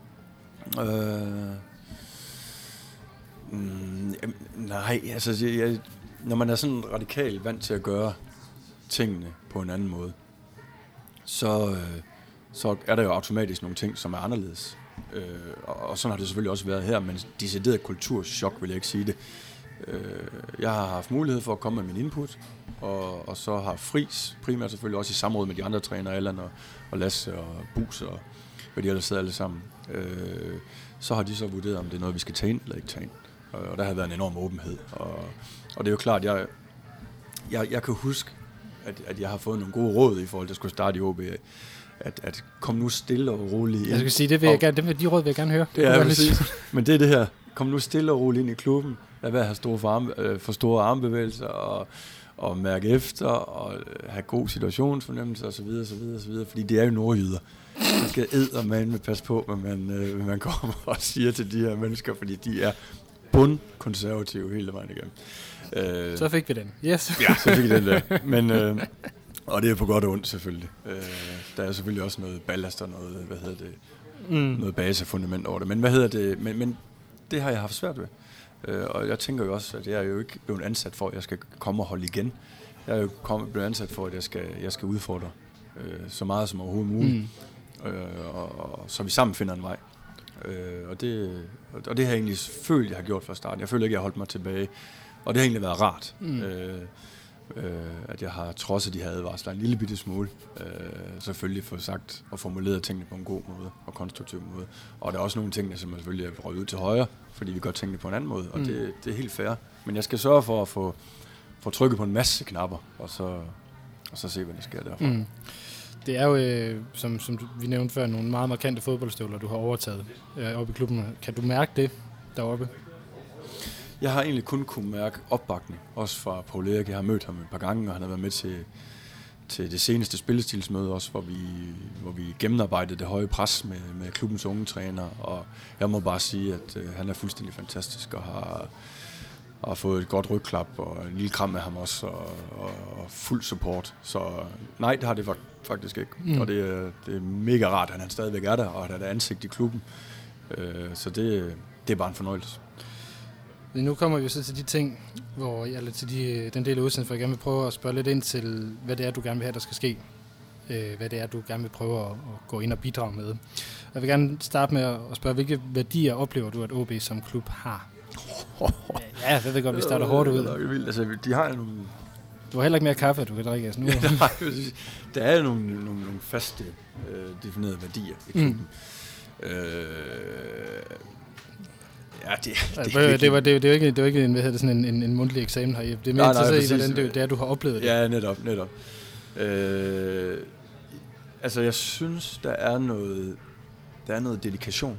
Speaker 3: Nej, altså når man er sådan radikalt vant til at gøre tingene på en anden måde, så er der jo automatisk nogle ting, som er anderledes. Og sådan har det selvfølgelig også været her, men decideret kulturschok vil jeg ikke sige det. Jeg har haft mulighed for at komme med min input, og så har Friis, primært selvfølgelig også i samråd med de andre trænere, Allan og Lasse og Bus og hvad de ellers sidder alle sammen, så har de så vurderet, om det er noget, vi skal tage ind eller ikke tage ind. Og der har været en enorm åbenhed. Og det er jo klart, jeg kan huske, at jeg har fået nogle gode råd i forhold til at skulle starte i OB. At komme nu stille og roligt ind.
Speaker 2: Jeg skal sige, de råd vil jeg gerne høre.
Speaker 3: Det er præcis. Men det er det her. Kom nu stille og roligt ind i klubben. Lad være at have for store armbevægelser og mærke efter og have god situationsfornemmelse osv. Fordi det er jo nordjyder. Man skal eddermame passe på, hvad man kommer og siger til de her mennesker, fordi de er bundkonservative hele vejen igennem.
Speaker 2: Så fik vi den. Yes.
Speaker 3: Ja, så fik vi den der. Men, og det er på godt og ondt selvfølgelig. Der er selvfølgelig også noget ballast og noget, noget basefundament over det. Men hvad hedder det? Men det har jeg haft svært ved. Og jeg tænker jo også, at jeg er jo ikke blevet ansat for, at jeg skal komme og holde igen. Jeg er jo blevet ansat for, at jeg skal udfordre så meget som overhovedet muligt. Og så vi sammen finder en vej. Og det har jeg egentlig følt, jeg har gjort fra starten. Jeg føler ikke, jeg har holdt mig tilbage. Og det har egentlig været rart, at jeg har trodset de her advarsler en lille bitte smule. Selvfølgelig få sagt og formuleret tingene på en god måde og konstruktiv måde. Og der er også nogle ting, som selvfølgelig er røget ud til højre, fordi vi gør tingene på en anden måde. Og det er helt fair. Men jeg skal sørge for at få trykket på en masse knapper, og så se, hvad der sker derfra.
Speaker 2: Det er jo, som vi nævnte før, nogle meget markante fodboldstøvler, du har overtaget oppe i klubben. Kan du mærke det deroppe?
Speaker 3: Jeg har egentlig kun kunne mærke opbakning, også fra Paul Erik. Jeg har mødt ham et par gange, og han har været med til det seneste spillestilsmøde også, hvor vi gennemarbejdede det høje pres med klubbens unge træner. Og jeg må bare sige, at han er fuldstændig fantastisk og har fået et godt rygklap og en lille kram med ham også, og fuld support. Så nej, det har det faktisk ikke. Og det er mega rart, at han stadigvæk er der, og at han er ansigt i klubben. Så det er bare en fornøjelse.
Speaker 2: Nu kommer vi så til de ting, den del af udsendelsen, hvor jeg gerne vil prøve at spørge lidt ind til, hvad det er, du gerne vil have, der skal ske. Hvad det er, du gerne vil prøve at gå ind og bidrage med. Jeg vil gerne starte med at spørge, hvilke værdier oplever du, at OB som klub har? Ja, det ved godt, vi starter hårdt ud.
Speaker 3: Altså, de har nogle...
Speaker 2: Du har heller ikke mere kaffe, du kan drikke. Altså nu.
Speaker 3: Der er nogle faste definerede værdier i klubben.
Speaker 2: Det var ikke en mundtlig eksamen her. Det er mere interessant i, hvordan det er, du har oplevet det.
Speaker 3: Ja, netop. Altså, jeg synes, der er noget dedikation.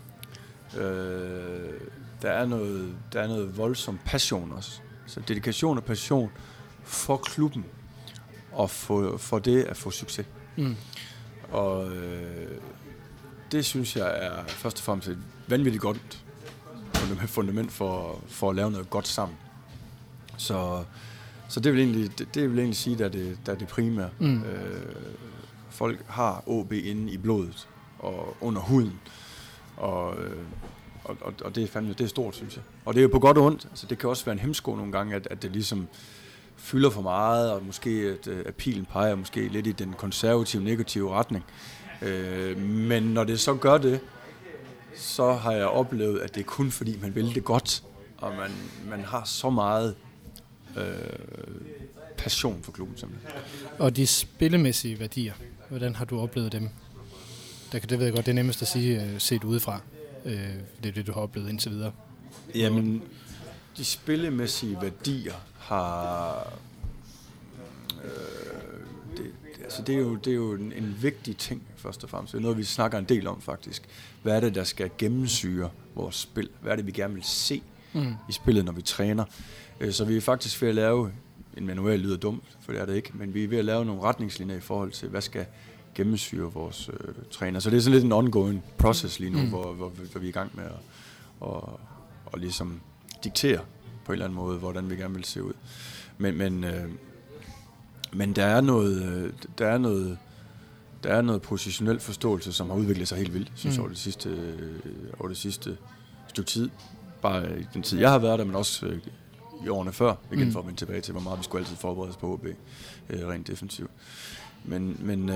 Speaker 3: Der er noget voldsom passion også. Så dedikation og passion for klubben og for det at få succes. Og det synes jeg er først og fremmest et vanvittigt godt fundament for at lave noget godt sammen. Så det vil egentlig sige, at det er det primære. Folk har OB inde i blodet og under huden, og det er stort, synes jeg. Og det er jo på godt og ondt. Altså, det kan også være en hemsko nogle gange, at det ligesom fylder for meget, og måske at pilen peger måske lidt i den konservative, negative retning. Men når det så gør det, så har jeg oplevet, at det er kun fordi, man vil det godt, og man har så meget passion for klubben simpelthen.
Speaker 2: Og de spillemæssige værdier, hvordan har du oplevet dem? Det ved jeg godt, det er nemmest at sige set udefra. Det er det, du har oplevet indtil videre.
Speaker 3: Jamen, de spillemæssige værdier har... Det er jo en vigtig ting, først og fremmest. Det er noget, vi snakker en del om, faktisk. Hvad er det, der skal gennemsyre vores spil? Hvad er det, vi gerne vil se i spillet, når vi træner? Så vi er faktisk ved at lave... En manual lyder dumt, for det er det ikke, men vi er ved at lave nogle retningslinjer i forhold til, hvad skal gennemsyre vores træner. Så det er sådan lidt en ongoing process lige nu, hvor vi er i gang med at ligesom diktere på en eller anden måde, hvordan vi gerne vil se ud. Men der er noget positionel forståelse, som har udviklet sig helt vildt, synes jeg, over det sidste stykke tid. Bare i den tid, jeg har været der, men også i årene før, igen for at vende tilbage til, hvor meget vi skulle altid forberede os på OB, rent defensivt. Men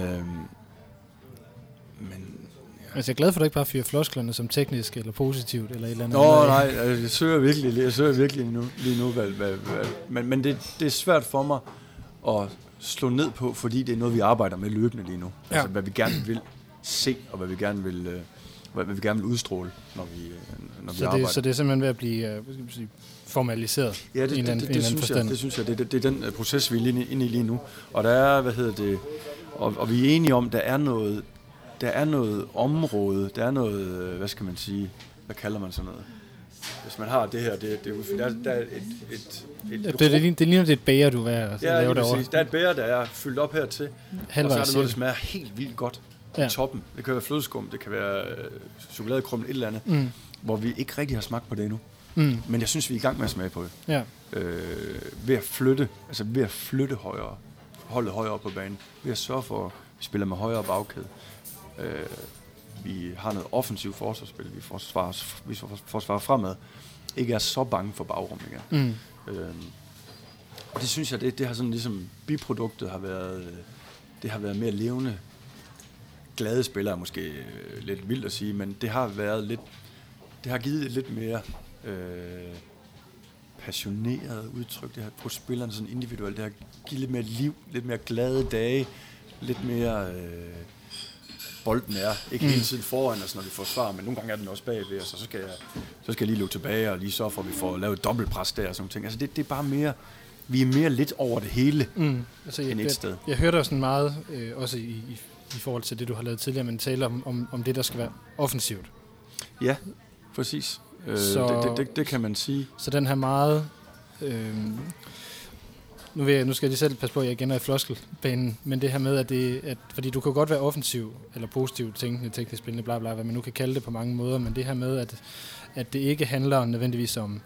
Speaker 2: Altså, jeg er glad for, at du ikke bare fyrer flosklerne som teknisk eller positivt eller et eller andet.
Speaker 3: Nej, jeg søger virkelig lige nu, men det er svært for mig at slå ned på, fordi det er noget, vi arbejder med løbende lige nu. Ja. Altså, hvad vi gerne vil se, og hvad vi gerne vil udstråle, når vi arbejder. Så
Speaker 2: det er simpelthen ved at blive formaliseret?
Speaker 3: Ja, det synes jeg. Det er den proces, vi er inde i lige nu. Og der er, og vi er enige om, der er noget område, der er noget, hvad skal man sige, hvad kalder man sådan noget? Hvis man har det her, der er det
Speaker 2: ligner det et bæger, du er lave derovre.
Speaker 3: Der er et bæger, der er fyldt op hertil, og så er der noget, der smager helt vildt godt i toppen. Det kan være flødeskum, det kan være chokoladekrummel, et eller andet, hvor vi ikke rigtig har smagt på det endnu. Men jeg synes, vi er i gang med at smage på det. Ja. Ved at flytte højere, holdet højere op på banen, ved at sørge for, at vi spiller med højere bagkæde. vi har noget offensivt forsvarsspil, vi forsvarer fremad, ikke er så bange for bagrum igen. Og det synes jeg, det har sådan ligesom biproduktet har været mere levende. Glade spillere måske lidt vildt at sige, men det har givet lidt mere passioneret udtryk. Det har på spillerne sådan individuelt. Det har givet lidt mere liv, lidt mere glade dage, lidt mere bolden er ikke hele tiden foran os, når vi får svar, men nogle gange er den også bagved os, og så skal jeg lige løbe tilbage og lige så for, at vi får lavet et dobbeltpres der og sådan ting. Altså det er bare mere, vi er mere lidt over det hele end et sted.
Speaker 2: Jeg hørte også sådan meget, også i forhold til det, du har lavet tidligere, men taler om det, der skal være offensivt.
Speaker 3: Ja, præcis. Det kan man sige.
Speaker 2: Så den her meget... Nu skal jeg lige selv passe på, at jeg igen er i floskelbanen, men det her med, at fordi du kan godt være offensiv, eller positiv tænkende, teknisk spillende, bla bla, hvad man nu kan kalde det på mange måder, men det her med, at det ikke handler nødvendigvis om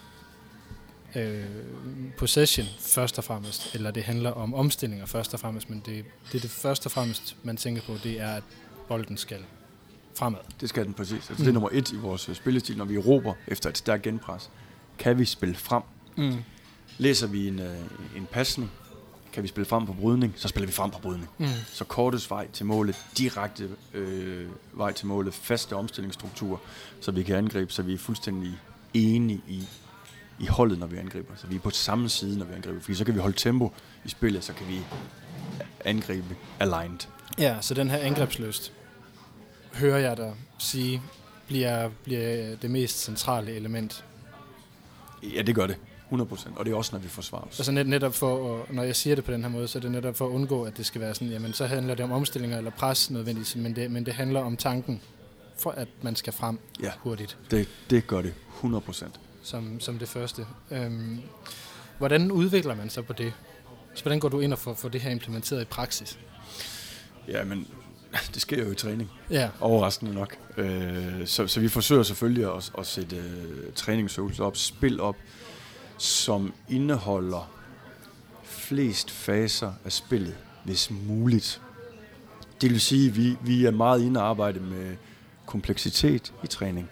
Speaker 2: possession først og fremmest, eller det handler om omstillinger først og fremmest, men det først og fremmest, man tænker på, det er, at bolden skal fremad. Det
Speaker 3: skal den præcis. Altså, det er nummer 1 i vores spillestil, når vi råber efter et stærkt genpres. Kan vi spille frem? Læser vi en pasning, kan vi spille frem på brydning, så spiller vi frem på brydning. Så kortest vej til målet, direkte vej til målet, faste omstillingsstrukturer, så vi kan angribe, så vi er fuldstændig enige i holdet, når vi angriber. Så vi er på samme side, når vi angriber, fordi så kan vi holde tempo i spillet, så kan vi angribe aligned. Ja,
Speaker 2: så den her angrebsløst, hører jeg dig sige, bliver det mest centrale element.
Speaker 3: Ja, det gør det. 100%, og det er også, når vi forsvarer os.
Speaker 2: Altså netop for, når jeg siger det på den her måde, så er det netop for at undgå, at det skal være sådan, jamen så handler det om omstillinger eller pres nødvendigvis, men det handler om tanken, for at man skal frem hurtigt.
Speaker 3: Det gør det 100%.
Speaker 2: Som det første. Hvordan udvikler man så på det? Så hvordan går du ind og får det her implementeret i praksis?
Speaker 3: Ja, men det sker jo i træning. Ja. Overraskende nok. Så vi forsøger selvfølgelig at sætte træningsøvelser op, spil op, som indeholder flest faser af spillet, hvis muligt. Det vil sige, at vi er meget inde og arbejde med kompleksitet i træning.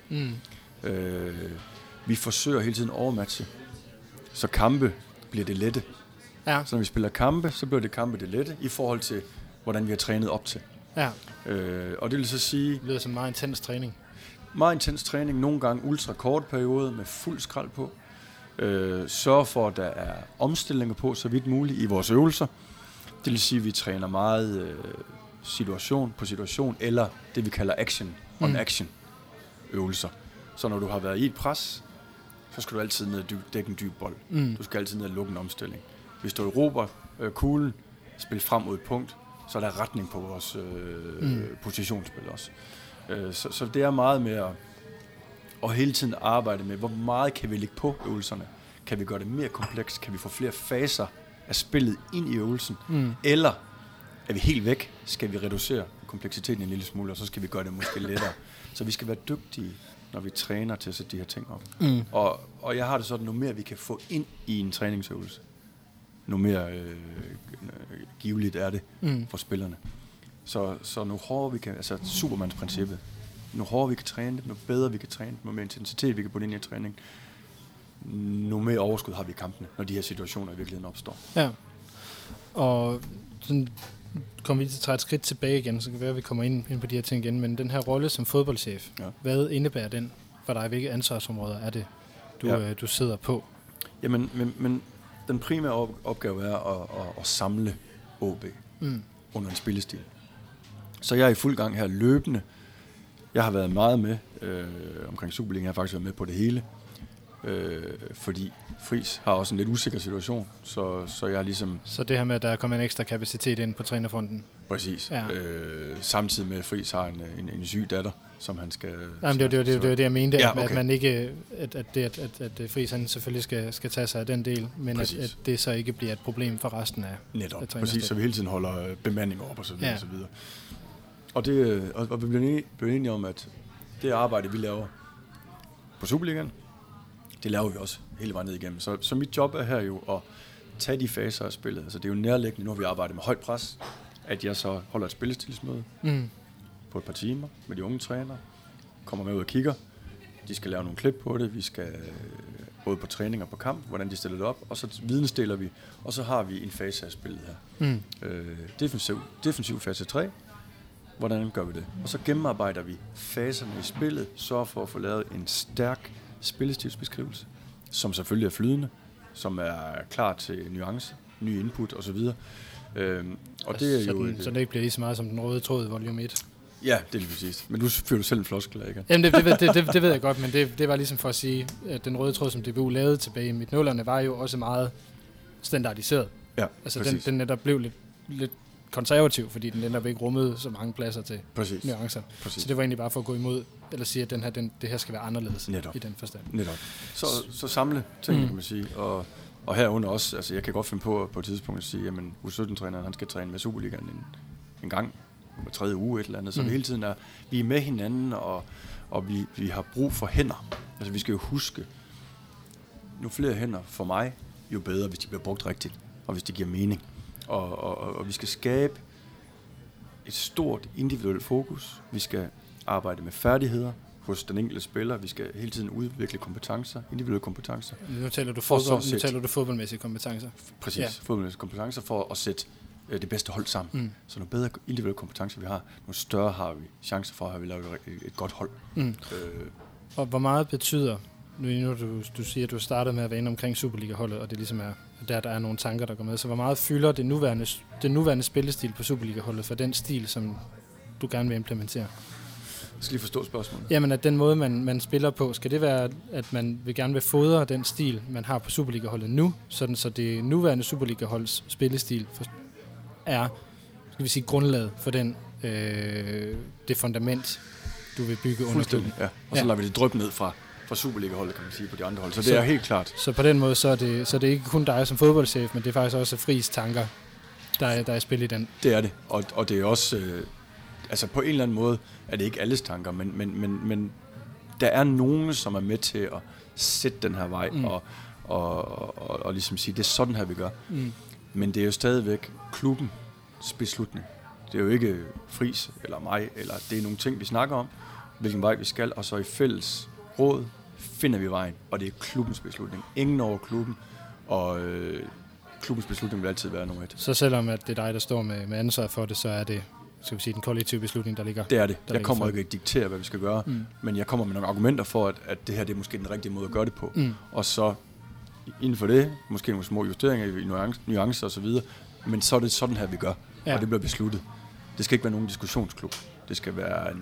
Speaker 3: Vi forsøger hele tiden at overmatche, så kampe bliver det lette. Ja. Så når vi spiller kampe, så bliver det kampe det lette i forhold til, hvordan vi har trænet op til. Ja. Og det vil så sige... Det
Speaker 2: lyder som meget intens træning.
Speaker 3: Meget intens træning, nogle gange ultra kort periode med fuld skrald på. Sørge for, at der er omstillinger på, så vidt muligt i vores øvelser. Det vil sige, at vi træner meget situation på situation, eller det vi kalder action on action øvelser. Så når du har været i et pres, så skal du altid ned og dække en dyb bold. Du skal altid ned og lukke en omstilling. Hvis du råber kuglen, spil frem mod et punkt, så er der retning på vores positionsspil også. Så det er meget med at hele tiden arbejde med, hvor meget kan vi lægge på øvelserne? Kan vi gøre det mere komplekst? Kan vi få flere faser af spillet ind i øvelsen? Eller er vi helt væk? Skal vi reducere kompleksiteten en lille smule, og så skal vi gøre det måske lettere? Så vi skal være dygtige, når vi træner til at sætte de her ting op. Og jeg har det sådan, nu mere vi kan få ind i en træningsøvelse, nu mere giveligt er det for spillerne. Så nu hårdere vi kan, altså Supermans-princippet, nu hårdere vi kan træne det, nu bedre vi kan træne det, nu mere intensitet vi kan putte ind i træning, nu mere overskud har vi i kampene, når de her situationer i virkeligheden opstår. Ja,
Speaker 2: og sådan kommer vi til at træde et skridt tilbage igen, så kan det være, at vi kommer ind på de her ting igen, men den her rolle som fodboldchef, hvad indebærer den for dig? Hvilke ansvarsområder er det, du sidder på?
Speaker 3: Jamen, men den primære opgave er at samle OB under en spillestil. Så jeg er i fuld gang her løbende. Jeg har været meget med omkring Superligaen. Jeg har faktisk været med på det hele. Fordi Friis har også en lidt usikker situation. Så jeg er ligesom...
Speaker 2: Så det her med, at der kommer en ekstra kapacitet ind på trænerfronten?
Speaker 3: Præcis. Ja. Samtidig med, at Friis har en syg datter, som han skal...
Speaker 2: Jamen, det var det, jeg mente, ja, okay. At man ikke... At Friis han selvfølgelig skal tage sig af den del, men at det så ikke bliver et problem for resten af...
Speaker 3: Netop, præcis. Så vi hele tiden holder bemanding op og så videre, og så videre. Og vi blev enige om, at det arbejde, vi laver på Superligaen, det laver vi også hele vejen ned igennem. Så mit job er her jo at tage de faser af spillet. Altså det er jo nærliggende, nu har vi arbejdet med højt pres, at jeg så holder et spillestilsmøde. på et par timer med de unge trænere, kommer med ud og kigger. De skal lave nogle klip på det, vi skal både på træning og på kamp, hvordan de stiller det op, og så vidensdeler vi, og så har vi en fase af spillet her. Defensiv fase 3, hvordan gør vi det? Og så gennemarbejder vi faserne i spillet, sørger for at få lavet en stærk spillestilsbeskrivelse, som selvfølgelig er flydende, som er klar til nuance, ny input osv. Og det er jo
Speaker 2: så det ikke bliver lige så meget som den røde tråd i volume 1.
Speaker 3: Ja, det er lige præcis. Men du føler selv en floskel, ikke?
Speaker 2: Jamen, det ved jeg godt, men det var ligesom for at sige, at den røde tråd, som DBU lavede tilbage i midt-nullerne, var jo også meget standardiseret.
Speaker 3: Ja,
Speaker 2: altså den netop blev lidt konservativ, fordi den netop ikke rummede så mange pladser til nuancer. Præcis. Så det var egentlig bare for at gå imod, eller sige, at det her skal være anderledes i den forstand.
Speaker 3: Netop. Så samle ting, kan man sige. Og herunder også, altså jeg kan godt finde på et tidspunkt at sige, jamen U17-træneren, han skal træne med Superligaen en gang hver 3. uge et eller andet, så vi hele tiden vi er med hinanden, og vi har brug for hænder. Altså vi skal jo huske, nu flere hænder for mig, jo bedre, hvis de bliver brugt rigtigt, og hvis det giver mening. Og vi skal skabe et stort individuelt fokus. Vi skal arbejde med færdigheder hos den enkelte spiller. Vi skal hele tiden udvikle kompetencer, individuelle kompetencer.
Speaker 2: Nu taler du fodboldmæssige kompetencer.
Speaker 3: Præcis, fodboldmæssige kompetencer for at sætte det bedste hold sammen. Så nogle bedre individuelle kompetencer vi har, nogle større har vi chancer for at have lavet et godt hold.
Speaker 2: Og hvor meget betyder, nu du siger, at du startede med at være inde omkring Superliga-holdet, og det ligesom er der er nogle tanker, der går med. Så hvor meget fylder den nuværende spillestil på Superliga-holdet for den stil, som du gerne vil implementere?
Speaker 3: Jeg skal lige forstå spørgsmålet.
Speaker 2: Jamen, at den måde, man spiller på, skal det være, at man gerne vil fodre den stil, man har på Superliga-holdet nu, sådan så det nuværende Superliga-holds spillestil er, skal vi sige, grundlaget for den, det fundament, du vil bygge under klubben.
Speaker 3: Ja. Og så lader vi det dryppe ned fra Superliga-holdet, kan man sige, på de andre hold. Så det er helt klart.
Speaker 2: Så på den måde, så er det ikke kun dig som fodboldchef, men det er faktisk også Friis tanker, der er spil i den.
Speaker 3: Det er det, og det er også, altså på en eller anden måde, er det ikke alles tanker, men der er nogen, som er med til at sætte den her vej, og ligesom sige, det er sådan her, vi gør. Men det er jo stadigvæk klubbens beslutning. Det er jo ikke Friis eller mig, eller det er nogle ting, vi snakker om, hvilken vej vi skal, og så i fælles råd finder vi vejen, og det er klubbens beslutning. Ingen over klubben, og klubbens beslutning vil altid være nummer 1.
Speaker 2: Så selvom at det er dig, der står med ansvar for det, så er det, skal vi sige, den kollektive beslutning, der ligger.
Speaker 3: Det er det. Jeg kommer ikke at diktere, hvad vi skal gøre, men jeg kommer med nogle argumenter for, at det her det er måske den rigtige måde at gøre det på. Og så inden for det, måske nogle små justeringer i nuancer og så videre, men så er det sådan her, vi gør, og det bliver besluttet. Det skal ikke være nogen diskussionsklub. Det skal være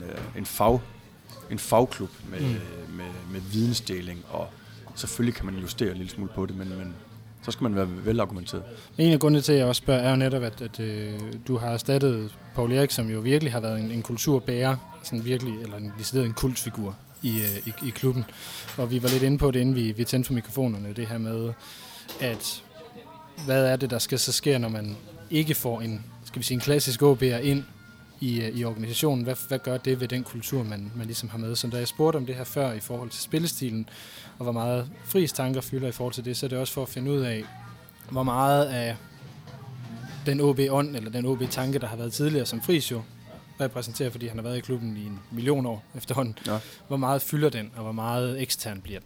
Speaker 3: en fagklub med vidensdeling, og selvfølgelig kan man justere en lille smule på det, men så skal man være velargumenteret. En
Speaker 2: af grundene til, at jeg også spørger, er jo netop, at du har erstattet Paul Erik, som jo virkelig har været en kulturbærer, sådan virkelig, eller en kultfigur i klubben. Og vi var lidt inde på det, inden vi tændte for mikrofonerne, det her med, at hvad er det, der skal så ske, når man ikke får en klassisk OB'er ind i organisationen. Hvad gør det ved den kultur, man ligesom har med? Så da jeg spurgte om det her før i forhold til spillestilen, og hvor meget Friis tanker fylder i forhold til det, så er det også for at finde ud af, hvor meget af den OB-ånd, eller den OB-tanke, der har været tidligere, som Friis jo repræsenterer, fordi han har været i klubben i 1 million år efterhånden. Ja. Hvor meget fylder den, og hvor meget ekstern bliver den?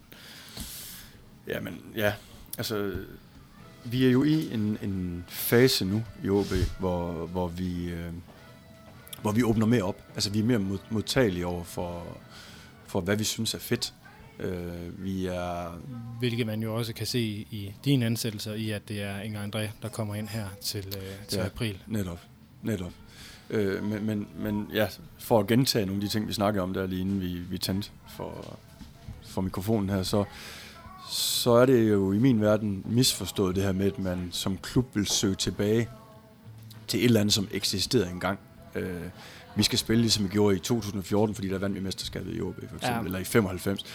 Speaker 3: Jamen, ja. Altså, vi er jo i en fase nu i OB, hvor vi åbner mere op. Altså, vi er mere modtagelige over for hvad vi synes er fedt. Vi er... Hvilket man jo også kan se i dine ansættelser, i at det er Inger André, der kommer ind her til april. Netop. Men ja, for at gentage nogle af de ting, vi snakkede om der lige inden vi tændte for mikrofonen her, så er det jo i min verden misforstået det her med, at man som klub vil søge tilbage til et eller andet, som eksisterede engang. Vi skal spille ligesom vi gjorde i 2014, fordi der vandt vi mesterskabet i OB for eksempel, eller i 95.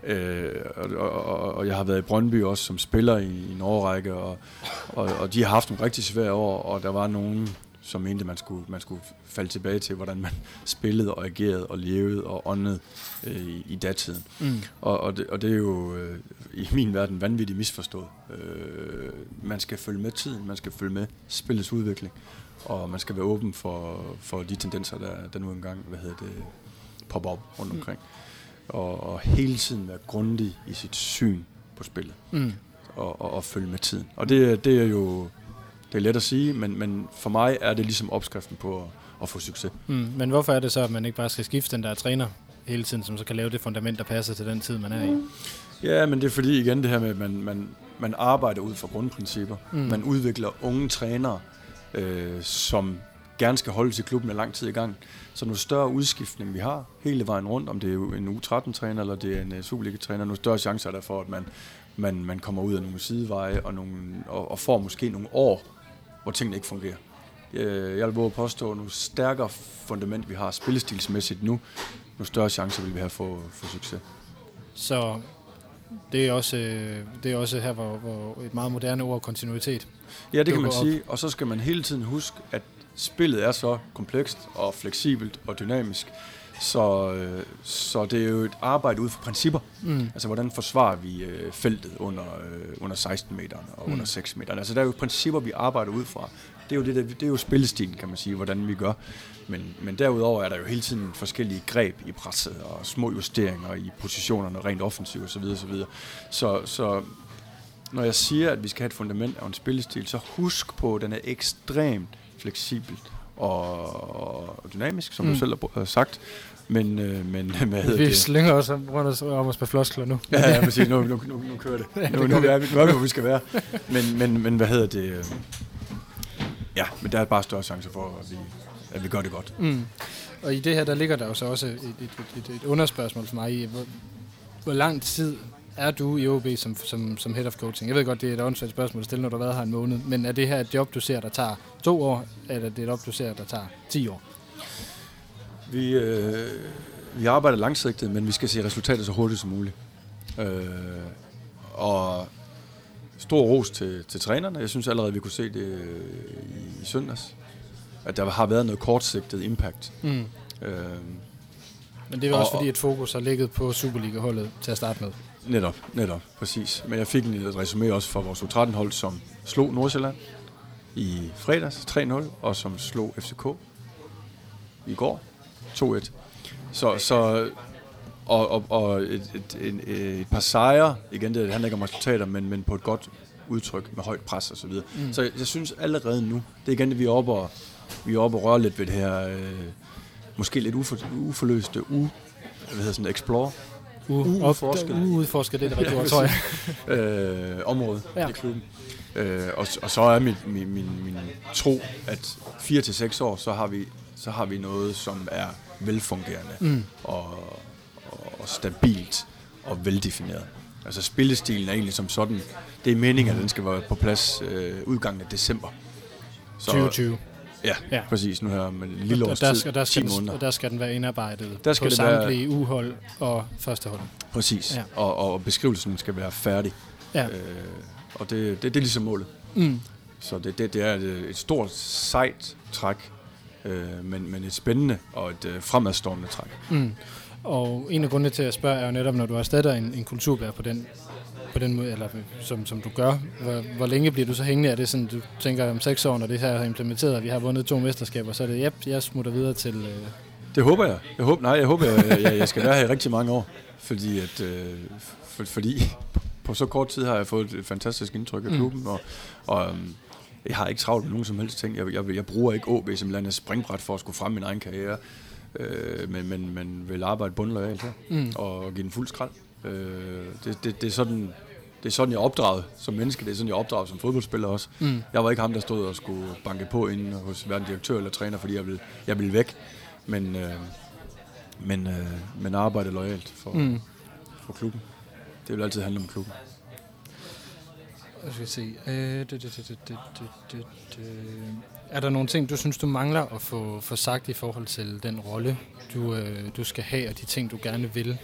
Speaker 3: Og jeg har været i Brøndby også som spiller i en årrække, og de har haft nogle rigtig svære år, og der var nogen som mente, man skulle falde tilbage til, hvordan man spillede og agerede og levede og åndede i datiden. Og det er jo i min verden vanvittigt misforstået. Man skal følge med tiden, man skal følge med spillets udvikling, og man skal være åben for de tendenser, der nu engang, popper op rundt omkring. Og hele tiden være grundig i sit syn på spillet, og følge med tiden. Og det er jo... Det er let at sige, men for mig er det ligesom opskriften på at få succes.
Speaker 2: Men hvorfor er det så, at man ikke bare skal skifte den der træner hele tiden, som så kan lave det fundament, der passer til den tid, man er i?
Speaker 3: Ja, men det er fordi igen det her med, at man arbejder ud fra grundprincipper. Man udvikler unge trænere, som gerne skal holde til klubben i lang tid i gang. Så nu større udskiftning vi har hele vejen rundt, om det er en U13-træner eller det er en Superliga-træner, nu større chancer er der for, at man kommer ud af nogle sideveje og får måske nogle år, hvor tingene ikke fungerer. Jeg vil våge at påstå, at nu stærkere fundament vi har spillestilsmæssigt nu større chancer vil vi have for succes.
Speaker 2: Så det er også her, hvor et meget moderne ord, kontinuitet. Ja,
Speaker 3: det kan man sige, og så skal man hele tiden huske, at spillet er så komplekst og fleksibelt og dynamisk, så det er jo et arbejde ud fra principper. Altså, hvordan forsvarer vi feltet under 16 meterne og under 6 meterne. Altså, der er jo principper, vi arbejder ud fra. Det er jo spillestilen, kan man sige, hvordan vi gør. Men derudover er der jo hele tiden forskellige greb i presset og små justeringer i positionerne, rent offensivt osv. Så når jeg siger, at vi skal have et fundament af en spillestil, så husk på, at den er ekstremt fleksibel og dynamisk, som du selv har sagt. Men hvad hedder det?
Speaker 2: Vi slynger også om os med floskler nu.
Speaker 3: Ja, præcis. Nu kører det. Nu er vi, hvor vi skal være. Men hvad hedder det? Ja, men der er bare større chance for, at vi gør det godt.
Speaker 2: Og i det her, der ligger der jo så også et underspørgsmål for mig i, hvor lang tid er du i OB som head of coaching? Jeg ved godt, det er et åndssvagt spørgsmål at stille, når du har været her en måned, men er det her et job, du ser, der tager 2 år, eller er det et job, du ser, der tager 10 år?
Speaker 3: Vi arbejder langsigtet, men vi skal se resultatet så hurtigt som muligt. Og stor ros til trænerne. Jeg synes allerede, vi kunne se det i søndags, at der har været noget kortsigtet impact.
Speaker 2: Men det er også fordi, et fokus har ligget på Superliga-holdet til at starte med.
Speaker 3: Netop, præcis. Men jeg fik et resumé også fra vores U13-hold, som slog Nordsjælland i fredags 3-0, og som slog FCK i går 2-1. Og et par sejre, igen, det handler ikke om resultater, men på et godt udtryk med højt pres og så videre. Så jeg synes allerede nu, det er igen det, vi er oppe og røre lidt ved det her, måske lidt uforløste, explore.
Speaker 2: Udforsker, det er det rigtige ord, tror jeg.
Speaker 3: Område i klubben. Og så er min tro, at 4 til 6 år, så har vi noget, som er velfungerende og stabilt og veldefineret. Altså spillestilen er egentlig som sådan, det er meningen, at den skal være på plads udgangen af december. Så, 2020. Ja, præcis, nu her med en lille års tid, 10 måneder. Og
Speaker 2: der skal den være indarbejdet på samtlige uhold og første hold.
Speaker 3: Præcis, og beskrivelsen skal være færdig. Ja. Og det er ligesom målet. Så det er et stort, sejt træk, men et spændende og et fremadstormende træk.
Speaker 2: Og en af grundene til at spørge er jo netop, når du erstatter en kulturbær på den måde, eller som du gør, hvor længe bliver du så hængende? Er det sådan, du tænker om 6 år, når det her er implementeret, og vi har vundet 2 mesterskaber, så er det, jeg smutter videre til...
Speaker 3: Det håber jeg. Jeg håber, jeg skal være her i rigtig mange år, fordi på så kort tid har jeg fået et fantastisk indtryk af klubben, og jeg har ikke travlt med nogen som helst ting. Jeg bruger ikke OB som et eller andet springbræt for at skulle frem min egen karriere, men vil arbejde bundloyalt her, og give den fuld skrald. Det er sådan, jeg er opdraget som menneske, det er sådan, jeg er opdraget som fodboldspiller også. Jeg var ikke ham, der stod og skulle banke på inde hos hverken direktør eller træner, fordi jeg ville væk, men arbejde loyalt for klubben. Det vil altid handle om klubben.
Speaker 2: Jeg skal se. Er der nogle ting, du synes, du mangler at få sagt i forhold til den rolle, du skal have, og de ting, du gerne vil?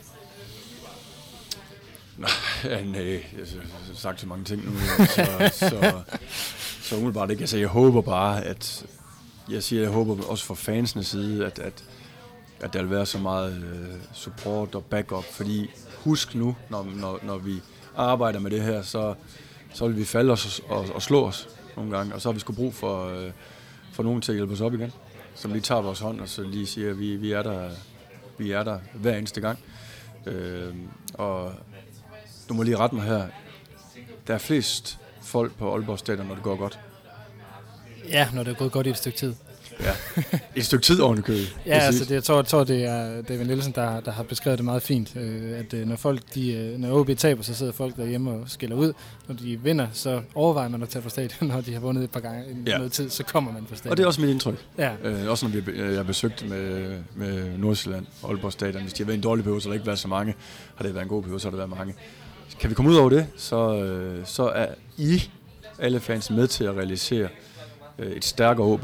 Speaker 3: Nej, jeg har sagt så mange ting nu, så umiddelbart ikke. Altså, jeg håber bare, at jeg håber også fra fansenes side, at der vil være så meget support og backup, fordi husk nu, når vi arbejder med det her, så vil vi falde os og slå os nogle gange, og så har vi sgu brug for nogen til at hjælpe os op igen, som lige tager vores hånd og så lige siger, at vi er der hver eneste gang. Og du må lige rette mig her. Der er flest folk på Aalborg Stadion, når det går godt.
Speaker 2: Ja, når det er gået godt i et stykke tid.
Speaker 3: Ja, et stykke tid oven i købet.
Speaker 2: Ja, altså jeg tror, det er David Nielsen, der har beskrevet det meget fint. At når OB taber, så sidder folk derhjemme og skælder ud. Når de vinder, så overvejer man at tage på stadion. Når de har vundet et par gange i noget tid, så kommer man på stadion.
Speaker 3: Og det er også mit indtryk.
Speaker 2: Ja.
Speaker 3: Også når jeg har besøgt med Nordsjælland og Aalborg Stadion. Hvis de har været en dårlig periode, så har der ikke været så mange. Har det været en god periode, så har der været mange. Kan vi komme ud over det, så er I alle fans med til at realisere et stærkere OB.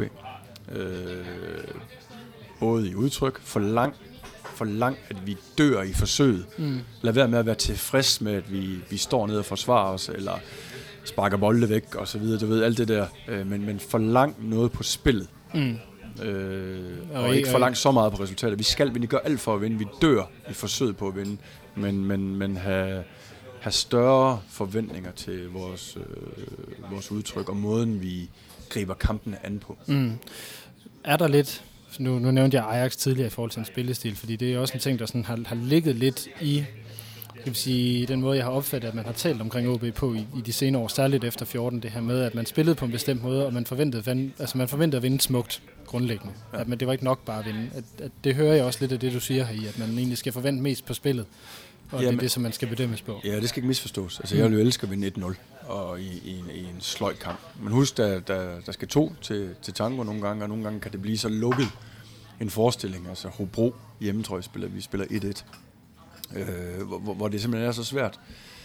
Speaker 3: Både i udtryk, forlang, at vi dør i forsøget. Lad være med at være tilfreds med, at vi står ned og forsvarer os, eller sparker bolde væk, og så videre. Du ved, alt det der. Men forlang noget på spillet. Og ikke forlang så meget på resultatet. Vi skal vinde, gør alt for at vinde. Vi dør i forsøget på at vinde. Men have større forventninger til vores udtryk, og måden, vi griber kampene an på.
Speaker 2: Er der lidt, nu nævnte jeg Ajax tidligere i forhold til en spillestil, fordi det er også en ting, der sådan har ligget lidt i, kan vi sige, den måde, jeg har opfattet, at man har talt omkring OB på i de senere år, særligt efter 14, det her med, at man spillede på en bestemt måde, og man forventede at vinde smukt grundlæggende. Ja. Men det var ikke nok bare at vinde. At det hører jeg også lidt af det, du siger her i, at man egentlig skal forvente mest på spillet, og det er det, som man skal bedømmes på. Ja,
Speaker 3: det skal ikke misforstås. Altså, jeg vil jo elske at vinde 1-0 og i en sløj kamp. Men husk, der skal 2 til tango nogle gange, og nogle gange kan det blive så lukket en forestilling. Altså Hobro hjemme, tror jeg, vi spiller 1-1. Hvor det simpelthen er så svært.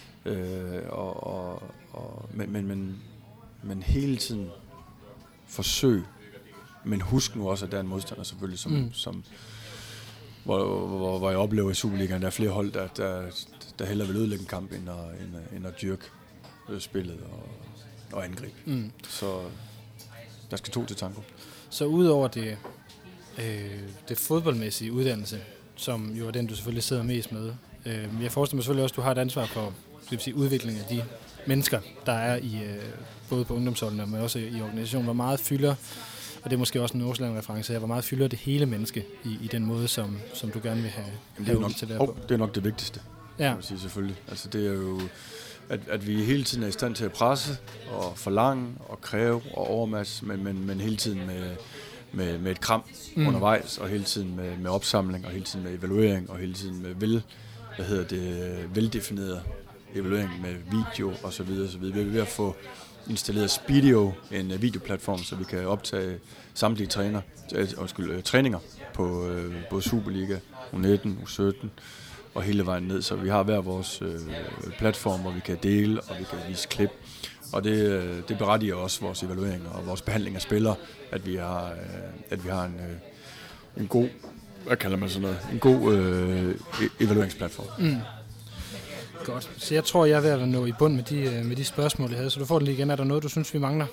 Speaker 3: Men hele tiden forsøg. Men husk nu også, at der er en modstander selvfølgelig, som hvor jeg oplever i Superligaen, der er flere hold, der hellere vil ødelægge en kamp, end at dyrke spillet og angribe. Så der skal 2 til tango.
Speaker 2: Så udover det fodboldmæssige uddannelse, som jo er den, du selvfølgelig sidder mest med, jeg forestiller mig selvfølgelig også, at du har et ansvar for udvikling af de mennesker, der er i både på ungdomsholdene, men også i organisationen. Hvor meget fylder, og det er måske også en Nordsjælland-reference her, hvor meget fylder det hele menneske i den måde, som du gerne vil have
Speaker 3: nok
Speaker 2: til at være på?
Speaker 3: Det er nok det vigtigste, kan man sige, selvfølgelig. Altså det er jo, at vi hele tiden er i stand til at presse og forlange og kræve og overmatche, men hele tiden med et kram undervejs, og hele tiden med opsamling, og hele tiden med evaluering, og hele tiden med veldefineret evaluering med video og så videre. Vi er ved at få installeret Speedio, en videoplatform, så vi kan optage samtlige træninger på både Superliga, U19, U17 og hele vejen ned. Så vi har hver vores platform, hvor vi kan dele og vi kan vise klip. Og det berettiger også vores evaluering og vores behandling af spillere, at vi har en god, hvad kalder man sådan noget, en god evalueringsplatform.
Speaker 2: Godt. Så jeg tror, jeg er ved at nå i bund med de spørgsmål, jeg havde. Så du får det lige igen. Er der noget, du synes, vi mangler?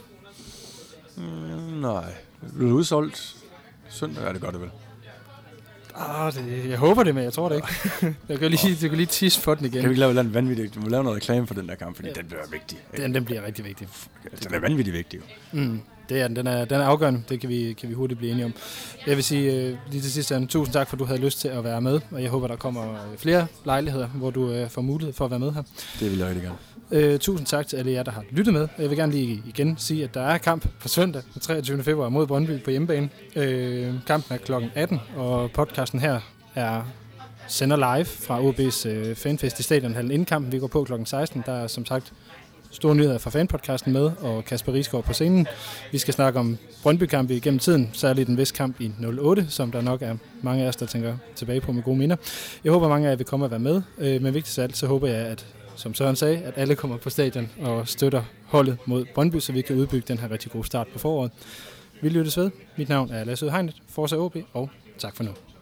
Speaker 3: Nej. Bliver du udsolgt søndag? Ja, det gør det vel.
Speaker 2: Jeg håber det, men jeg tror det ikke. Jeg kan lige tisse for den igen.
Speaker 3: Kan vi ikke lave noget vanvittigt? Du må lave noget reklame for den der kamp, fordi den bliver vigtig.
Speaker 2: Den bliver rigtig vigtig.
Speaker 3: Den er vanvittigt vigtig, jo.
Speaker 2: Det er den. Den er afgørende. Det kan vi hurtigt blive enige om. Jeg vil sige lige til sidst, tusind tak, for at du havde lyst til at være med. Og jeg håber, der kommer flere lejligheder, hvor du får mulighed for at være med her.
Speaker 3: Det vil jeg rigtig gerne.
Speaker 2: Tusind tak til alle jer, der har lyttet med. Jeg vil gerne lige igen sige, at der er kamp på søndag den 23. februar mod Brøndby på hjemmebane. Kampen er kl. 18, og podcasten her sender live fra OB's fanfest i Stadionhallen inden kampen. Vi går på kl. 16. Der er som sagt store nyheder fra fanpodcasten med, og Kasper Risgaard på scenen. Vi skal snakke om Brøndby-kampe igennem tiden, særligt den Vestkamp i 08, som der nok er mange af os, der tænker tilbage på med gode minder. Jeg håber, mange af jer vil komme og være med, men vigtigst af alt, så håber jeg, at, som Søren sagde, at alle kommer på stadion og støtter holdet mod Brøndby, så vi kan udbygge den her rigtig gode start på foråret. Vi lyttes ved. Mit navn er Lasse Udhegnet, Forza OB, og tak for nu.